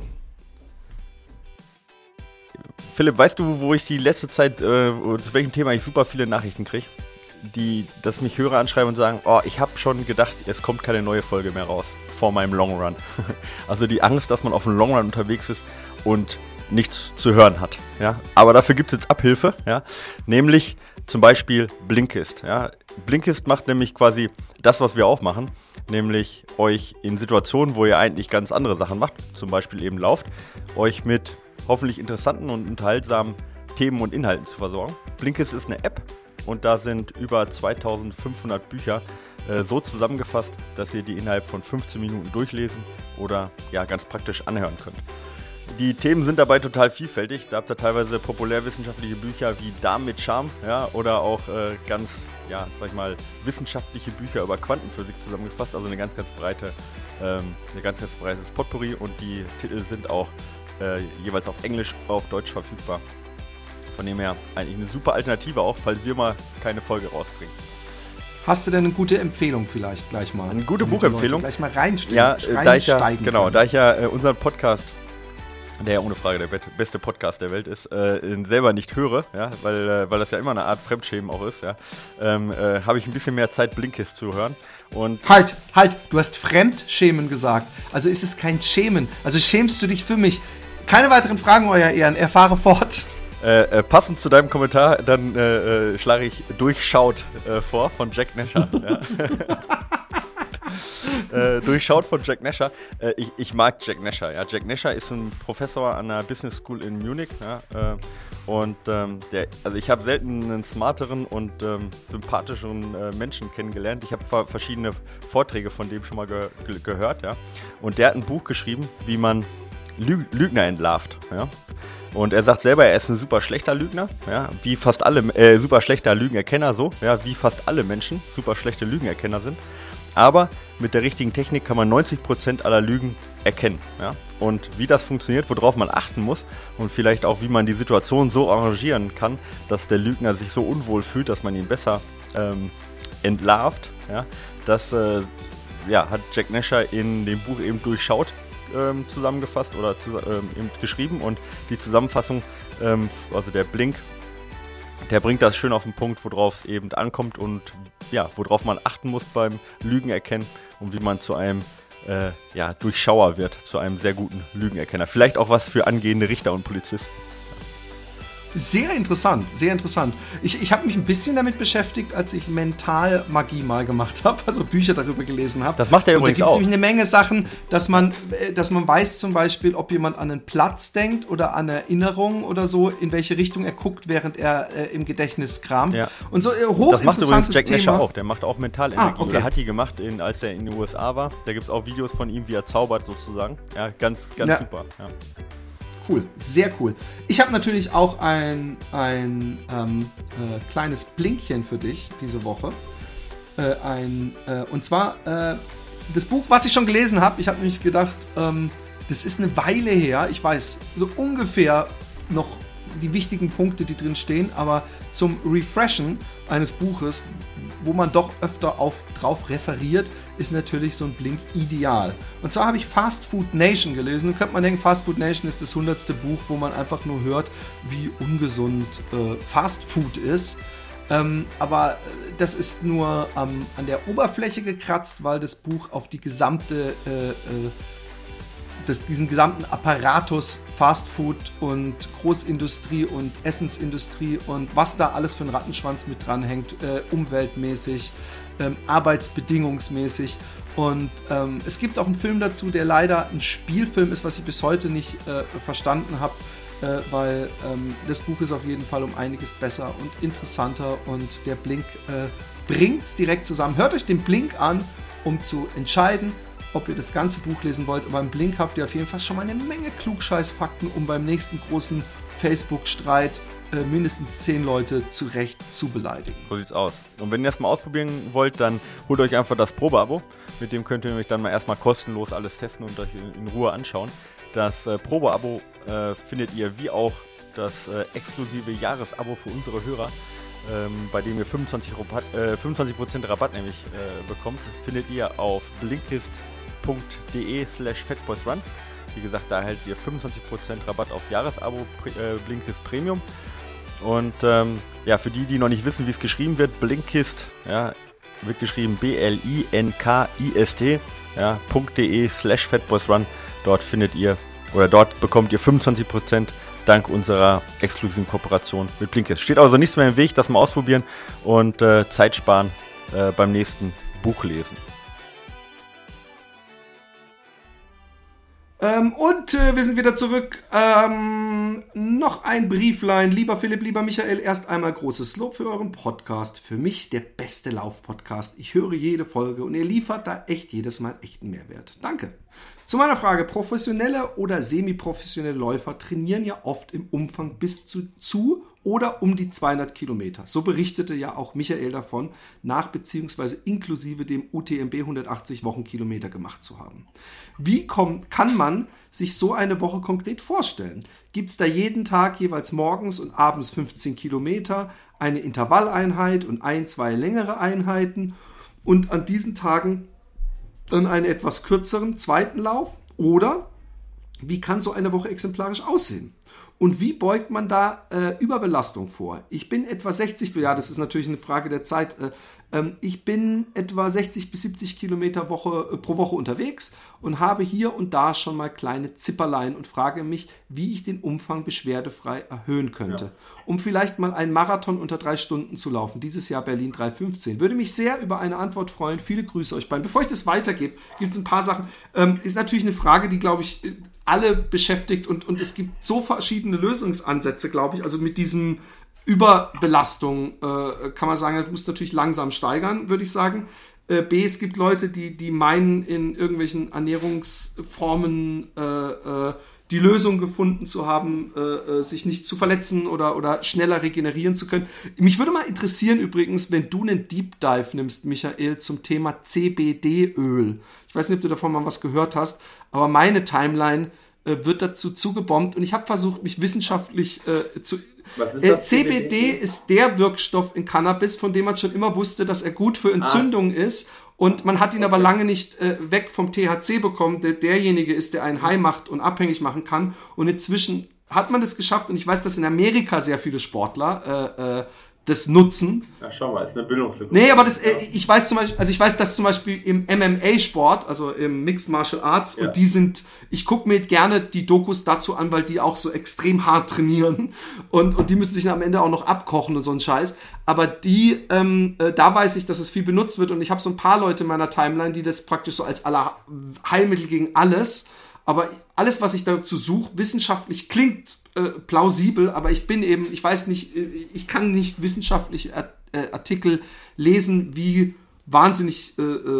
Philipp, weißt du, wo ich die letzte Zeit, zu welchem Thema ich super viele Nachrichten kriege? dass mich Hörer anschreiben und sagen, oh, ich habe schon gedacht, es kommt keine neue Folge mehr raus vor meinem Long Run. Also die Angst, dass man auf einem Long Run unterwegs ist und nichts zu hören hat. Ja? Aber dafür gibt es jetzt Abhilfe, ja? Nämlich zum Beispiel Blinkist. Ja? Blinkist macht nämlich quasi das, was wir auch machen, nämlich euch in Situationen, wo ihr eigentlich ganz andere Sachen macht, zum Beispiel eben lauft, euch mit hoffentlich interessanten und unterhaltsamen Themen und Inhalten zu versorgen. Blinkist ist eine App und da sind über 2500 Bücher so zusammengefasst, dass ihr die innerhalb von 15 Minuten durchlesen oder ja ganz praktisch anhören könnt. Die Themen sind dabei total vielfältig. Da habt ihr teilweise populärwissenschaftliche Bücher wie Darm mit Charme, ja, oder auch ganz, ja, sag ich mal, wissenschaftliche Bücher über Quantenphysik zusammengefasst. Also ein ganz breites Potpourri und die Titel sind auch jeweils auf Englisch, auf Deutsch verfügbar. Von dem her eigentlich eine super Alternative auch, falls wir mal keine Folge rausbringen. Hast du denn eine gute Empfehlung vielleicht gleich mal? Eine gute Buchempfehlung? Gleich mal reinsteigen. Ja, da ich ja unseren Podcast, der ja ohne Frage der beste Podcast der Welt ist, selber nicht höre, ja, weil das ja immer eine Art Fremdschämen auch ist, ja, habe ich ein bisschen mehr Zeit, Blinkist zu hören. Und Halt, du hast Fremdschämen gesagt. Also ist es kein Schämen. Also schämst du dich für mich. Keine weiteren Fragen, Euer Ehren. Erfahre fort. Passend zu deinem Kommentar, dann schlage ich Durchschaut vor von Jack Nasher. Ja. Durchschaut von Jack Nasher. Ich mag Jack Nasher. Ja. Jack Nasher ist ein Professor an der Business School in Munich. Ja. Also ich habe selten einen smarteren und sympathischeren Menschen kennengelernt. Ich habe verschiedene Vorträge von dem schon mal gehört. Ja. Und der hat ein Buch geschrieben, wie man Lügner entlarvt. Ja. Und er sagt selber, er ist ein super schlechter Lügner, ja, wie fast alle, super schlechter Lügenerkenner so, ja, wie fast alle Menschen super schlechte Lügenerkenner sind. Aber mit der richtigen Technik kann man 90% aller Lügen erkennen. Ja. Und wie das funktioniert, worauf man achten muss und vielleicht auch, wie man die Situation so arrangieren kann, dass der Lügner sich so unwohl fühlt, dass man ihn besser entlarvt, ja, das hat Jack Nasher in dem Buch eben Durchschaut zusammengefasst oder eben geschrieben, und die Zusammenfassung, also der Blink, der bringt das schön auf den Punkt, worauf es eben ankommt und ja, worauf man achten muss beim Lügen erkennen und wie man zu einem Durchschauer wird, zu einem sehr guten Lügenerkenner. Vielleicht auch was für angehende Richter und Polizisten. Sehr interessant, sehr interessant. Ich habe mich ein bisschen damit beschäftigt, als ich Mentalmagie mal gemacht habe, also Bücher darüber gelesen habe. Das macht er übrigens auch. Da gibt es nämlich eine Menge Sachen, dass man weiß zum Beispiel, ob jemand an einen Platz denkt oder an Erinnerungen oder so, in welche Richtung er guckt, während er im Gedächtnis kramt. Ja. Und so hochinteressantes Das macht übrigens Jack Thema. Nasher auch, der macht auch Mentalenergie. Okay. Der hat die gemacht, als er in den USA war. Da gibt es auch Videos von ihm, wie er zaubert sozusagen. Ja, ganz super. Ja. Cool, sehr cool. Ich habe natürlich auch ein kleines Blinkchen für dich diese Woche. Und zwar das Buch, was ich schon gelesen habe. Ich habe nämlich gedacht, das ist eine Weile her. Ich weiß so ungefähr noch die wichtigen Punkte, die drin stehen, aber zum Refreshen eines Buches, wo man doch öfter drauf referiert, ist natürlich so ein Blink ideal. Und zwar habe ich Fast Food Nation gelesen. Da könnte man denken, Fast Food Nation ist das 100. Buch, wo man einfach nur hört, wie ungesund Fast Food ist. Aber das ist nur an der Oberfläche gekratzt, weil das Buch auf die gesamte diesen gesamten Apparatus Fast Food und Großindustrie und Essensindustrie und was da alles für ein Rattenschwanz mit dranhängt, umweltmäßig, arbeitsbedingungsmäßig. Und es gibt auch einen Film dazu, der leider ein Spielfilm ist, was ich bis heute nicht verstanden habe, weil das Buch ist auf jeden Fall um einiges besser und interessanter und der Blink bringt es direkt zusammen. Hört euch den Blink an, um zu entscheiden, ob ihr das ganze Buch lesen wollt. Aber im Blink habt ihr auf jeden Fall schon mal eine Menge Klugscheißfakten, um beim nächsten großen Facebook-Streit mindestens 10 Leute zurecht zu beleidigen. So sieht's aus. Und wenn ihr das mal ausprobieren wollt, dann holt euch einfach das Probeabo. Mit dem könnt ihr euch dann mal erstmal kostenlos alles testen und euch in Ruhe anschauen. Das Probeabo findet ihr wie auch das exklusive Jahresabo für unsere Hörer, bei dem ihr 25% Rabatt nämlich bekommt, findet ihr auf blinkist.de/fatboysrun. Wie gesagt, da erhaltet ihr 25% Rabatt aufs Jahresabo Blinkist Premium. Und ja, für die noch nicht wissen, wie es geschrieben wird, Blinkist, ja, wird geschrieben Blinkist, ja, .de/fatboysrun. Dort findet ihr, oder dort bekommt ihr 25% dank unserer exklusiven Kooperation mit Blinkist. Steht also nichts mehr im Weg, das mal ausprobieren und Zeit sparen beim nächsten Buch lesen. Wir sind wieder zurück. Noch ein Brieflein. Lieber Philipp, lieber Michael, erst einmal großes Lob für euren Podcast. Für mich der beste Lauf-Podcast. Ich höre jede Folge und ihr liefert da echt jedes Mal echten Mehrwert. Danke. Zu meiner Frage. Professionelle oder semi-professionelle Läufer trainieren ja oft im Umfang bis zu oder um die 200 Kilometer. So berichtete ja auch Michael davon, nach bzw. inklusive dem UTMB 180 Wochenkilometer gemacht zu haben. Wie kann man sich so eine Woche konkret vorstellen? Gibt es da jeden Tag jeweils morgens und abends 15 Kilometer, eine Intervalleinheit und 1-2 längere Einheiten und an diesen Tagen dann einen etwas kürzeren zweiten Lauf? Oder wie kann so eine Woche exemplarisch aussehen? Und wie beugt man da Überbelastung vor? Ich bin etwa 60, ja, das ist natürlich eine Frage der Zeit. Ich bin etwa 60 bis 70 Kilometer pro Woche unterwegs und habe hier und da schon mal kleine Zipperlein und frage mich, wie ich den Umfang beschwerdefrei erhöhen könnte. Ja. Um vielleicht mal einen Marathon unter 3 Stunden zu laufen. Dieses Jahr Berlin 3:15. Würde mich sehr über eine Antwort freuen. Viele Grüße euch beiden. Bevor ich das weitergebe, gibt es ein paar Sachen. Ist natürlich eine Frage, die, glaube ich, alle beschäftigt und es gibt so verschiedene Lösungsansätze, glaube ich. Also mit diesem Überbelastung kann man sagen, du musst natürlich langsam steigern, würde ich sagen. B, es gibt Leute, die meinen, in irgendwelchen Ernährungsformen die Lösung gefunden zu haben, sich nicht zu verletzen oder schneller regenerieren zu können. Mich würde mal interessieren übrigens, wenn du einen Deep Dive nimmst, Michael, zum Thema CBD-Öl. Ich weiß nicht, ob du davon mal was gehört hast, aber meine Timeline wird dazu zugebombt und ich habe versucht, mich wissenschaftlich zu... Was ist das? CBD ist der Wirkstoff in Cannabis, von dem man schon immer wusste, dass er gut für Entzündungen ist. Und man hat ihn aber lange nicht weg vom THC bekommen, der derjenige ist, der einen high macht und abhängig machen kann. Und inzwischen hat man das geschafft. Und ich weiß, dass in Amerika sehr viele Sportler das nutzen. Ja, schau mal, ist eine Bildungslücke. Nee, aber das, ich weiß, dass zum Beispiel im MMA-Sport, also im Mixed Martial Arts, ja. Und die sind, ich gucke mir gerne die Dokus dazu an, weil die auch so extrem hart trainieren und die müssen sich am Ende auch noch abkochen und so ein Scheiß. Aber da weiß ich, dass es viel benutzt wird und ich habe so ein paar Leute in meiner Timeline, die das praktisch so als Heilmittel gegen alles, aber alles, was ich dazu suche, wissenschaftlich klingt plausibel, aber ich weiß nicht, ich kann nicht wissenschaftliche Artikel lesen, wie wahnsinnig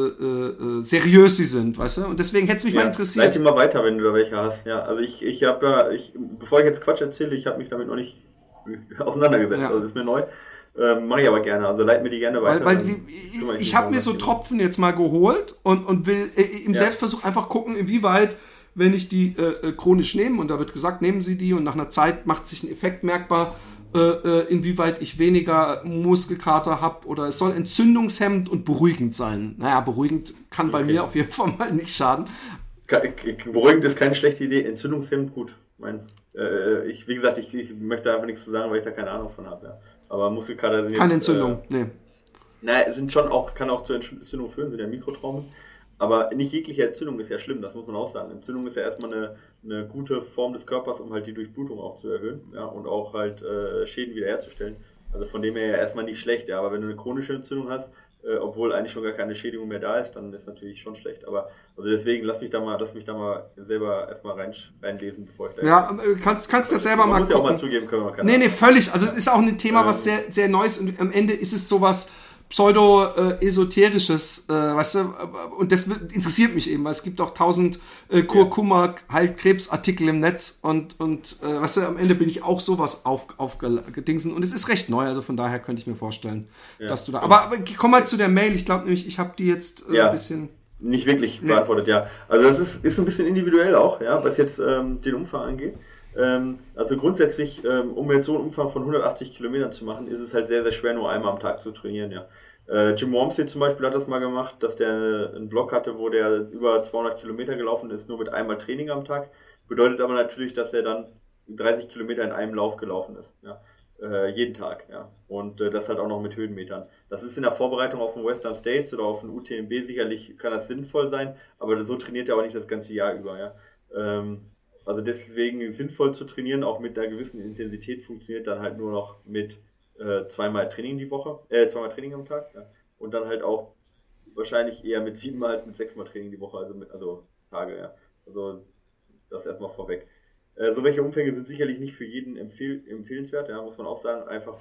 seriös sie sind, weißt du? Und deswegen hätte es mich mal interessiert. Leite mal weiter, wenn du da welche hast. Ja, also bevor ich jetzt Quatsch erzähle, ich habe mich damit noch nicht auseinandergesetzt, also das ist mir neu. Mache ich aber gerne, also leit mir die gerne weiter. Weil ich habe mir so Tropfen jetzt mal geholt und will im Selbstversuch einfach gucken, inwieweit, wenn ich die chronisch nehme, und da wird gesagt, nehmen Sie die und nach einer Zeit macht sich ein Effekt merkbar, inwieweit ich weniger Muskelkater habe oder es soll entzündungshemmend und beruhigend sein. Naja, beruhigend kann bei mir auf jeden Fall mal nicht schaden. Beruhigend ist keine schlechte Idee, entzündungshemmend gut. Wie gesagt, ich möchte einfach nichts zu sagen, weil ich da keine Ahnung von habe. Ja. Aber Muskelkater sind keine Entzündung, nee. Naja, kann auch zur Entzündung führen, sind ja Mikrotraumen. Aber nicht jegliche Entzündung ist ja schlimm, das muss man auch sagen. Entzündung ist ja erstmal eine gute Form des Körpers, um halt die Durchblutung auch zu erhöhen, ja, und auch halt Schäden wiederherzustellen. Also von dem her ja erstmal nicht schlecht, ja. Aber wenn du eine chronische Entzündung hast, obwohl eigentlich schon gar keine Schädigung mehr da ist, dann ist natürlich schon schlecht. Aber also deswegen lass mich da mal selber erstmal reinlesen, bevor ich da... Ja, kannst das selber mal gucken. Muss ja auch mal zugeben können. Nee, völlig. Also es ist auch ein Thema, was sehr, sehr neu ist und am Ende ist es sowas pseudo-esoterisches, weißt du, und das interessiert mich eben, weil es gibt auch 1000 Kurkuma-Krebsartikel im Netz und weißt du, am Ende bin ich auch sowas aufgedingsen und es ist recht neu, also von daher könnte ich mir vorstellen, dass du da, aber komm mal zu der Mail, ich glaube nämlich, ich habe die jetzt ein bisschen... Nicht wirklich beantwortet, ja. Also das ist ein bisschen individuell auch, ja, was jetzt den Umfang angeht. Also grundsätzlich, um jetzt so einen Umfang von 180 Kilometern zu machen, ist es halt sehr, sehr schwer, nur einmal am Tag zu trainieren, ja. Jim Wormsley zum Beispiel hat das mal gemacht, dass der einen Block hatte, wo der über 200 Kilometer gelaufen ist, nur mit einmal Training am Tag. Bedeutet aber natürlich, dass er dann 30 Kilometer in einem Lauf gelaufen ist, ja. jeden Tag, ja. Und das halt auch noch mit Höhenmetern. Das ist in der Vorbereitung auf den Western States oder auf den UTMB sicherlich, kann das sinnvoll sein, aber so trainiert er auch nicht das ganze Jahr über, ja. Also deswegen sinnvoll zu trainieren, auch mit einer gewissen Intensität, funktioniert dann halt nur noch mit zweimal Training die Woche, zweimal Training am Tag, ja. Und dann halt auch wahrscheinlich eher mit 7-mal als mit 6-mal Training die Woche, also Tage, ja. Also das erstmal vorweg. So welche Umfänge sind sicherlich nicht für jeden empfehlenswert, ja, muss man auch sagen, einfach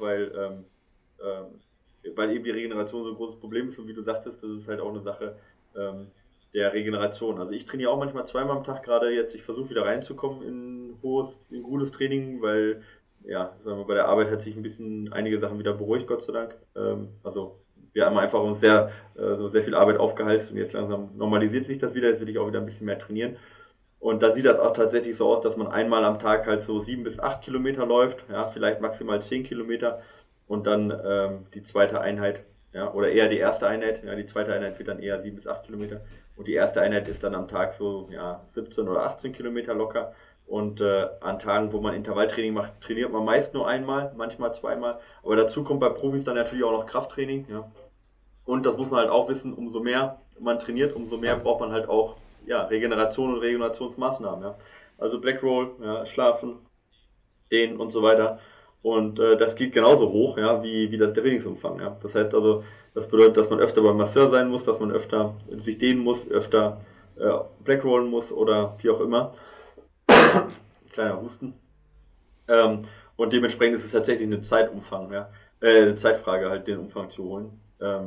weil eben die Regeneration so ein großes Problem ist und wie du sagtest, das ist halt auch eine Sache der Regeneration. Also ich trainiere auch manchmal 2-mal am Tag gerade jetzt, ich versuche wieder reinzukommen in gutes Training, weil ja, sagen wir, bei der Arbeit hat sich ein bisschen einige Sachen wieder beruhigt, Gott sei Dank. Also wir haben einfach uns sehr viel Arbeit aufgehalst und jetzt langsam normalisiert sich das wieder, jetzt will ich auch wieder ein bisschen mehr trainieren. Und da sieht das auch tatsächlich so aus, dass man einmal am Tag halt so 7 bis 8 Kilometer läuft, ja, vielleicht maximal 10 Kilometer und dann die zweite Einheit, ja, oder eher die erste Einheit, ja, die zweite Einheit wird dann eher 7 bis 8 Kilometer und die erste Einheit ist dann am Tag so, ja, 17 oder 18 Kilometer locker und an Tagen, wo man Intervalltraining macht, trainiert man meist nur einmal, manchmal zweimal, aber dazu kommt bei Profis dann natürlich auch noch Krafttraining, ja, und das muss man halt auch wissen, umso mehr man trainiert, umso mehr braucht man halt auch Regeneration und Regenerationsmaßnahmen, ja. Also Black Roll, ja, Schlafen, Dehnen und so weiter. Und das geht genauso hoch, ja, wie das Trainingsumfang, ja. Das heißt also, das bedeutet, dass man öfter beim Masseur sein muss, dass man öfter sich dehnen muss, öfter Black Rollen muss oder wie auch immer. Kleiner Husten. Und dementsprechend ist es tatsächlich eine eine Zeitfrage halt, den Umfang zu holen.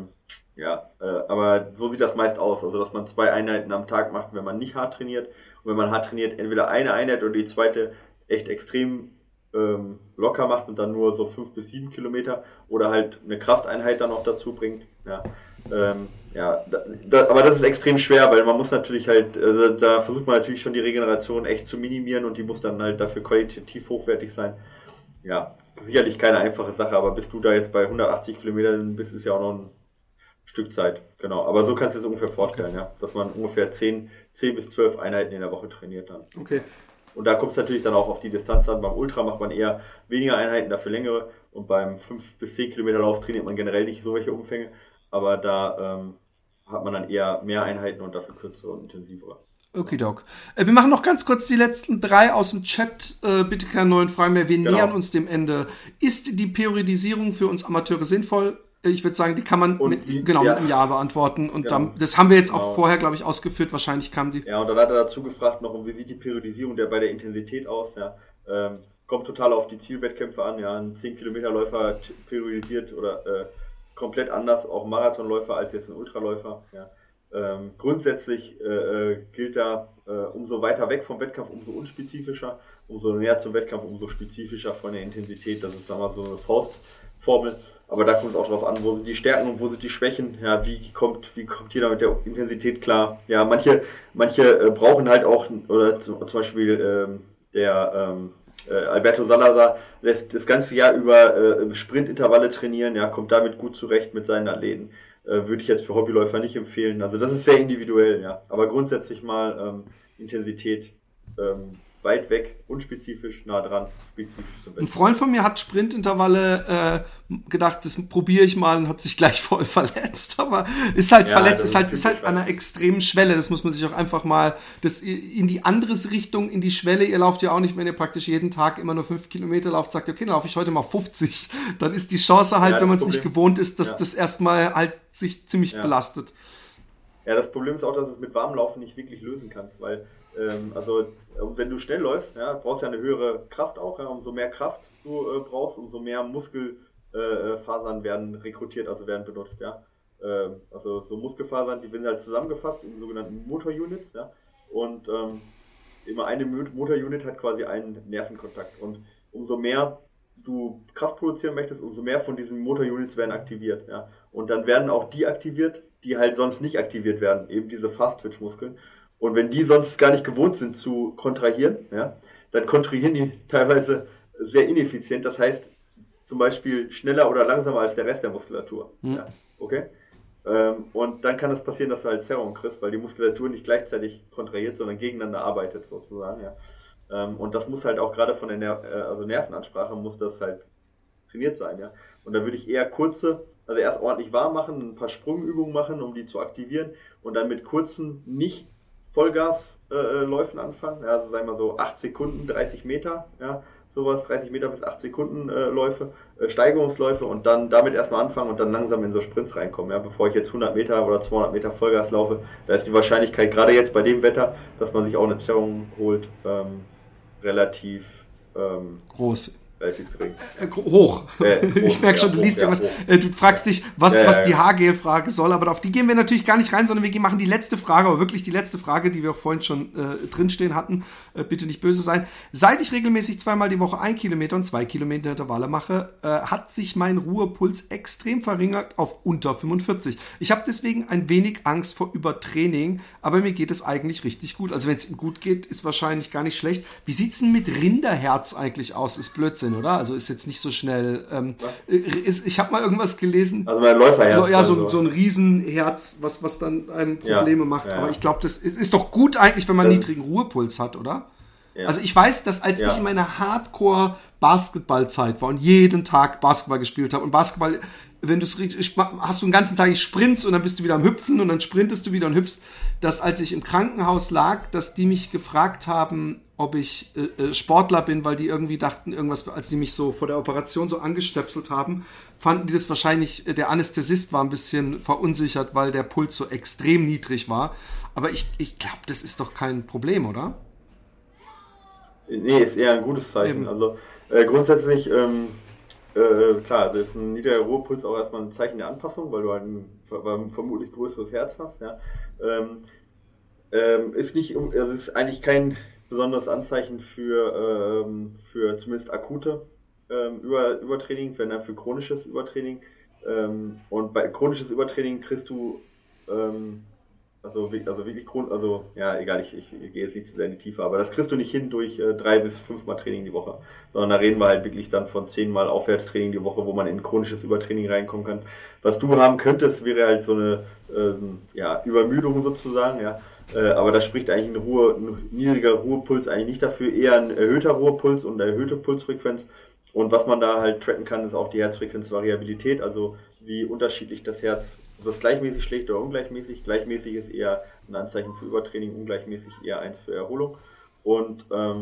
Aber so sieht das meist aus, also dass man 2 Einheiten am Tag macht, wenn man nicht hart trainiert. Und wenn man hart trainiert, entweder eine Einheit oder die zweite echt extrem locker macht und dann nur so 5 bis 7 Kilometer oder halt eine Krafteinheit dann noch dazu bringt. Ja, aber das ist extrem schwer, weil man muss natürlich halt, da versucht man natürlich schon die Regeneration echt zu minimieren und die muss dann halt dafür qualitativ hochwertig sein. Ja, sicherlich keine einfache Sache, aber bis du da jetzt bei 180 Kilometern bist, ist ja auch noch ein Stück Zeit. Genau, aber so kannst du dir das ungefähr vorstellen, ja, dass man ungefähr 10 bis 12 Einheiten in der Woche trainiert dann. Okay. Und da kommt es natürlich dann auch auf die Distanz an. Beim Ultra macht man eher weniger Einheiten, dafür längere. Und beim 5 bis 10 Kilometer Lauf trainiert man generell nicht so welche Umfänge. Aber da hat man dann eher mehr Einheiten und dafür kürzere und intensivere. Okidok. Wir machen noch ganz kurz die letzten 3 aus dem Chat. Bitte keine neuen Fragen mehr. Wir nähern uns dem Ende. Ist die Periodisierung für uns Amateure sinnvoll? Ich würde sagen, die kann man mit einem Ja beantworten. Und dann, das haben wir jetzt auch vorher, glaube ich, ausgeführt. Wahrscheinlich kam die. Ja, und dann hat er dazu gefragt noch, wie sieht die Periodisierung bei der Intensität aus? Ja, kommt total auf die Zielwettkämpfe an. Ja, ein 10-Kilometer-Läufer periodisiert oder komplett anders, auch Marathonläufer als jetzt ein Ultraläufer. Ja. Grundsätzlich gilt da, umso weiter weg vom Wettkampf, umso unspezifischer, umso näher zum Wettkampf, umso spezifischer von der Intensität. Das ist, sagen wir mal, so eine Faustformel. Aber da kommt es auch darauf an, wo sind die Stärken und wo sind die Schwächen. Ja, wie kommt jeder mit der Intensität klar? Ja, manche brauchen halt auch, oder zum Beispiel Alberto Salazar lässt das ganze Jahr über Sprintintervalle trainieren, ja, kommt damit gut zurecht mit seinen Athleten. Würde ich jetzt für Hobbyläufer nicht empfehlen. Also das ist sehr individuell, ja. Aber grundsätzlich mal Intensität weit weg, unspezifisch, nah dran, spezifisch zum Besten. Ein Freund von mir hat Sprintintervalle gedacht, das probiere ich mal und hat sich gleich voll verletzt. Aber ist halt verletzt, ist halt an einer extremen Schwelle. Das muss man sich auch einfach mal in die andere Richtung, in die Schwelle. Ihr lauft ja auch nicht, wenn ihr praktisch jeden Tag immer nur 5 Kilometer lauft, sagt, okay, dann laufe ich heute mal 50. Dann ist die Chance halt, wenn man es nicht gewohnt ist, dass das erstmal halt sich ziemlich belastet. Ja, das Problem ist auch, dass du es mit warmem Laufen nicht wirklich lösen kannst, weil wenn du schnell läufst, ja, brauchst du ja eine höhere Kraft auch, ja, umso mehr Kraft du brauchst, umso mehr Muskelfasern werden rekrutiert, also werden benutzt, ja. Also so Muskelfasern, die werden halt zusammengefasst in sogenannten Motorunits, ja. Und immer eine Motorunit hat quasi einen Nervenkontakt. Und umso mehr du Kraft produzieren möchtest, umso mehr von diesen Motorunits werden aktiviert, ja. Und dann werden auch die aktiviert, die halt sonst nicht aktiviert werden, eben diese Fast-Twitch-Muskeln. Und wenn die sonst gar nicht gewohnt sind zu kontrahieren, ja, dann kontrahieren die teilweise sehr ineffizient. Das heißt, zum Beispiel schneller oder langsamer als der Rest der Muskulatur. Ja, okay? Und dann kann es passieren, dass du halt Zerrung kriegst, weil die Muskulatur nicht gleichzeitig kontrahiert, sondern gegeneinander arbeitet sozusagen. Ja. Und das muss halt auch gerade von der Nervenansprache muss das halt trainiert sein, ja. Und dann würde ich eher kurze, also erst ordentlich warm machen, ein paar Sprungübungen machen, um die zu aktivieren und dann mit kurzen, nicht Vollgasläufen anfangen, ja, also sagen wir so 8 Sekunden, 30 Meter, ja, sowas, 30 Meter bis 8 Sekunden Läufe, Steigerungsläufe und dann damit erstmal anfangen und dann langsam in so Sprints reinkommen, ja, bevor ich jetzt 100 Meter oder 200 Meter Vollgas laufe, da ist die Wahrscheinlichkeit, gerade jetzt bei dem Wetter, dass man sich auch eine Zerrung holt, relativ groß. Gering. Hoch. Ich merke schon, du liest ja was. Du fragst dich, was die Haargel-Frage soll, aber auf die gehen wir natürlich gar nicht rein, sondern wir machen die letzte Frage, aber wirklich die letzte Frage, die wir auch vorhin schon drinstehen hatten. Bitte nicht böse sein. Seit ich regelmäßig 2-mal die Woche 1 Kilometer und 2 Kilometer Intervalle mache, hat sich mein Ruhepuls extrem verringert auf unter 45. Ich habe deswegen ein wenig Angst vor Übertraining, aber mir geht es eigentlich richtig gut. Also wenn es ihm gut geht, ist wahrscheinlich gar nicht schlecht. Wie sieht's denn mit Rinderherz eigentlich aus? Ist Blödsinn, oder? Also ist jetzt nicht so schnell. Ich habe mal irgendwas gelesen. Also mein Läuferherz. Ja, so ein Riesenherz, was dann einem Probleme macht. Ja. Aber ich glaube, das ist doch gut eigentlich, wenn man niedrigen Ruhepuls hat, oder? Ja. Also ich weiß, dass als ich in meiner Hardcore-Basketballzeit war und jeden Tag Basketball gespielt habe und Basketball, wenn du es richtig, hast du den ganzen Tag Sprints und dann bist du wieder am Hüpfen und dann sprintest du wieder und hüpfst, dass als ich im Krankenhaus lag, dass die mich gefragt haben, ob ich Sportler bin, weil die irgendwie dachten, irgendwas, als die mich so vor der Operation so angestöpselt haben, fanden die das wahrscheinlich, der Anästhesist war ein bisschen verunsichert, weil der Puls so extrem niedrig war. Aber ich glaube, das ist doch kein Problem, oder? Nee, ist eher ein gutes Zeichen. Eben. Also grundsätzlich, klar, das ist ein niedriger Ruhepuls auch erstmal ein Zeichen der Anpassung, weil du halt ein vermutlich größeres Herz hast. Ja. Ist eigentlich kein besonderes Anzeichen für zumindest akute Übertraining, wenn dann für chronisches Übertraining. Und bei chronisches Übertraining kriegst du egal, ich gehe jetzt nicht zu sehr in die Tiefe, aber das kriegst du nicht hin durch 3 bis 5 Mal Training die Woche, sondern da reden wir halt wirklich dann von 10 Mal Aufwärtstraining die Woche, wo man in chronisches Übertraining reinkommen kann. Was du haben könntest, wäre halt so eine Übermüdung sozusagen, ja. Aber da spricht eigentlich ein niedriger Ruhepuls eigentlich nicht dafür, eher ein erhöhter Ruhepuls und eine erhöhte Pulsfrequenz. Und was man da halt tracken kann, ist auch die Herzfrequenzvariabilität, also wie unterschiedlich das Herz, ob das gleichmäßig schlägt oder ungleichmäßig. Gleichmäßig ist eher ein Anzeichen für Übertraining, ungleichmäßig eher eins für Erholung. Und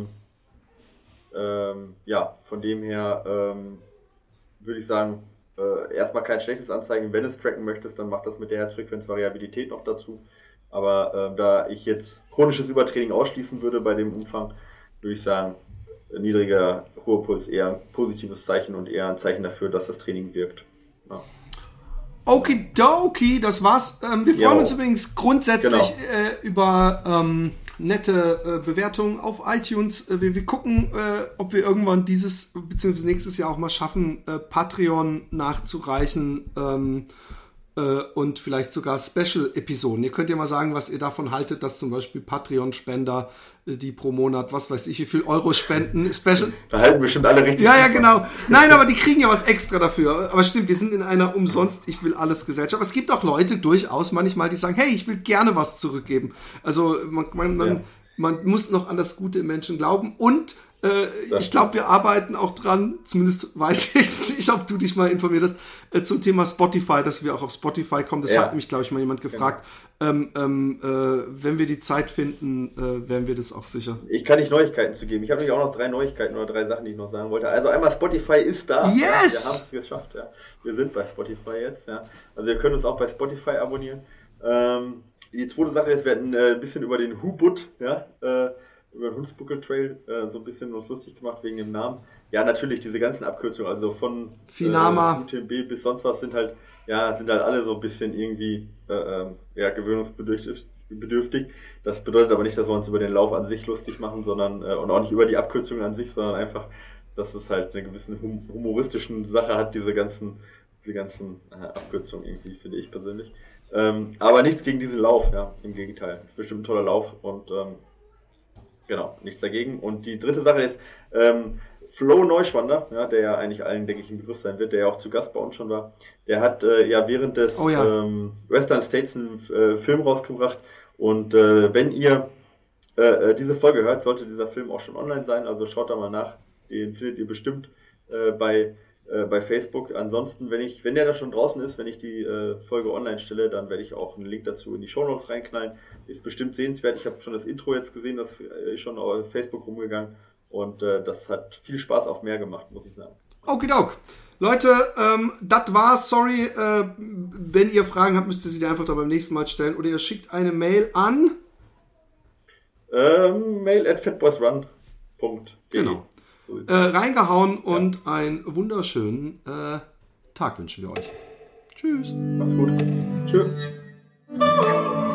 von dem her würde ich sagen, erstmal kein schlechtes Anzeichen. Wenn du es tracken möchtest, dann mach das mit der Herzfrequenzvariabilität noch dazu. Aber da ich jetzt chronisches Übertraining ausschließen würde bei dem Umfang, würde ich sagen, niedriger Ruhepuls eher ein positives Zeichen und eher ein Zeichen dafür, dass das Training wirkt. Ja. Okidoki, das war's. Wir freuen uns übrigens grundsätzlich über nette Bewertungen auf iTunes. Wir gucken, ob wir irgendwann dieses bzw. nächstes Jahr auch mal schaffen, Patreon nachzureichen und vielleicht sogar Special-Episoden. Ihr könnt ja mal sagen, was ihr davon haltet, dass zum Beispiel Patreon-Spender, die pro Monat, was weiß ich, wie viel Euro spenden. Special. Da halten bestimmt alle richtig. Ja, genau. Nein, aber die kriegen ja was extra dafür. Aber stimmt, wir sind in einer umsonst, ich will alles Gesellschaft. Aber es gibt auch Leute durchaus manchmal, die sagen, hey, ich will gerne was zurückgeben. Also man muss noch an das Gute im Menschen glauben und ich glaube, wir arbeiten auch dran, zumindest weiß ich nicht, ob du dich mal informiert hast, zum Thema Spotify, dass wir auch auf Spotify kommen. Das hat mich, glaube ich, mal jemand gefragt. Wenn wir die Zeit finden, werden wir das auch sicher. Ich kann nicht Neuigkeiten zu geben. Ich habe nämlich auch noch 3 Neuigkeiten oder 3 Sachen, die ich noch sagen wollte. Also einmal, Spotify ist da. Yes! Ja, wir haben es geschafft. Ja. Wir sind bei Spotify jetzt. Ja. Also ihr könnt uns auch bei Spotify abonnieren. Die zweite Sache ist, wir hatten ein bisschen über den Hubut, über den Hunsbuckel-Trail so ein bisschen uns lustig gemacht wegen dem Namen. Ja, natürlich, diese ganzen Abkürzungen, also von UTMB bis sonst was sind halt alle so ein bisschen irgendwie gewöhnungsbedürftig. Das bedeutet aber nicht, dass wir uns über den Lauf an sich lustig machen, sondern und auch nicht über die Abkürzungen an sich, sondern einfach, dass es halt eine gewisse humoristischen Sache hat, diese ganzen Abkürzungen irgendwie, finde ich persönlich. Aber nichts gegen diesen Lauf, ja, im Gegenteil. Ist bestimmt ein toller Lauf und genau, nichts dagegen. Und die dritte Sache ist, Flo Neuschwander, ja, der ja eigentlich allen, denke ich, ein Begriff sein wird, der ja auch zu Gast bei uns schon war, der hat während des Western States einen Film rausgebracht. Und wenn ihr diese Folge hört, sollte dieser Film auch schon online sein, also schaut da mal nach. Den findet ihr bestimmt bei bei Facebook. Ansonsten, wenn der da schon draußen ist, wenn ich die Folge online stelle, dann werde ich auch einen Link dazu in die Shownotes reinknallen. Ist bestimmt sehenswert. Ich habe schon das Intro jetzt gesehen, das ist schon auf Facebook rumgegangen und das hat viel Spaß auf mehr gemacht, muss ich sagen. Okidok. Leute, das war's. Sorry, wenn ihr Fragen habt, müsst ihr sie dir einfach da beim nächsten Mal stellen oder ihr schickt eine Mail an mail@fatboysrun.de. Genau. Reingehauen und einen wunderschönen Tag wünschen wir euch. Tschüss. Macht's gut. Tschüss.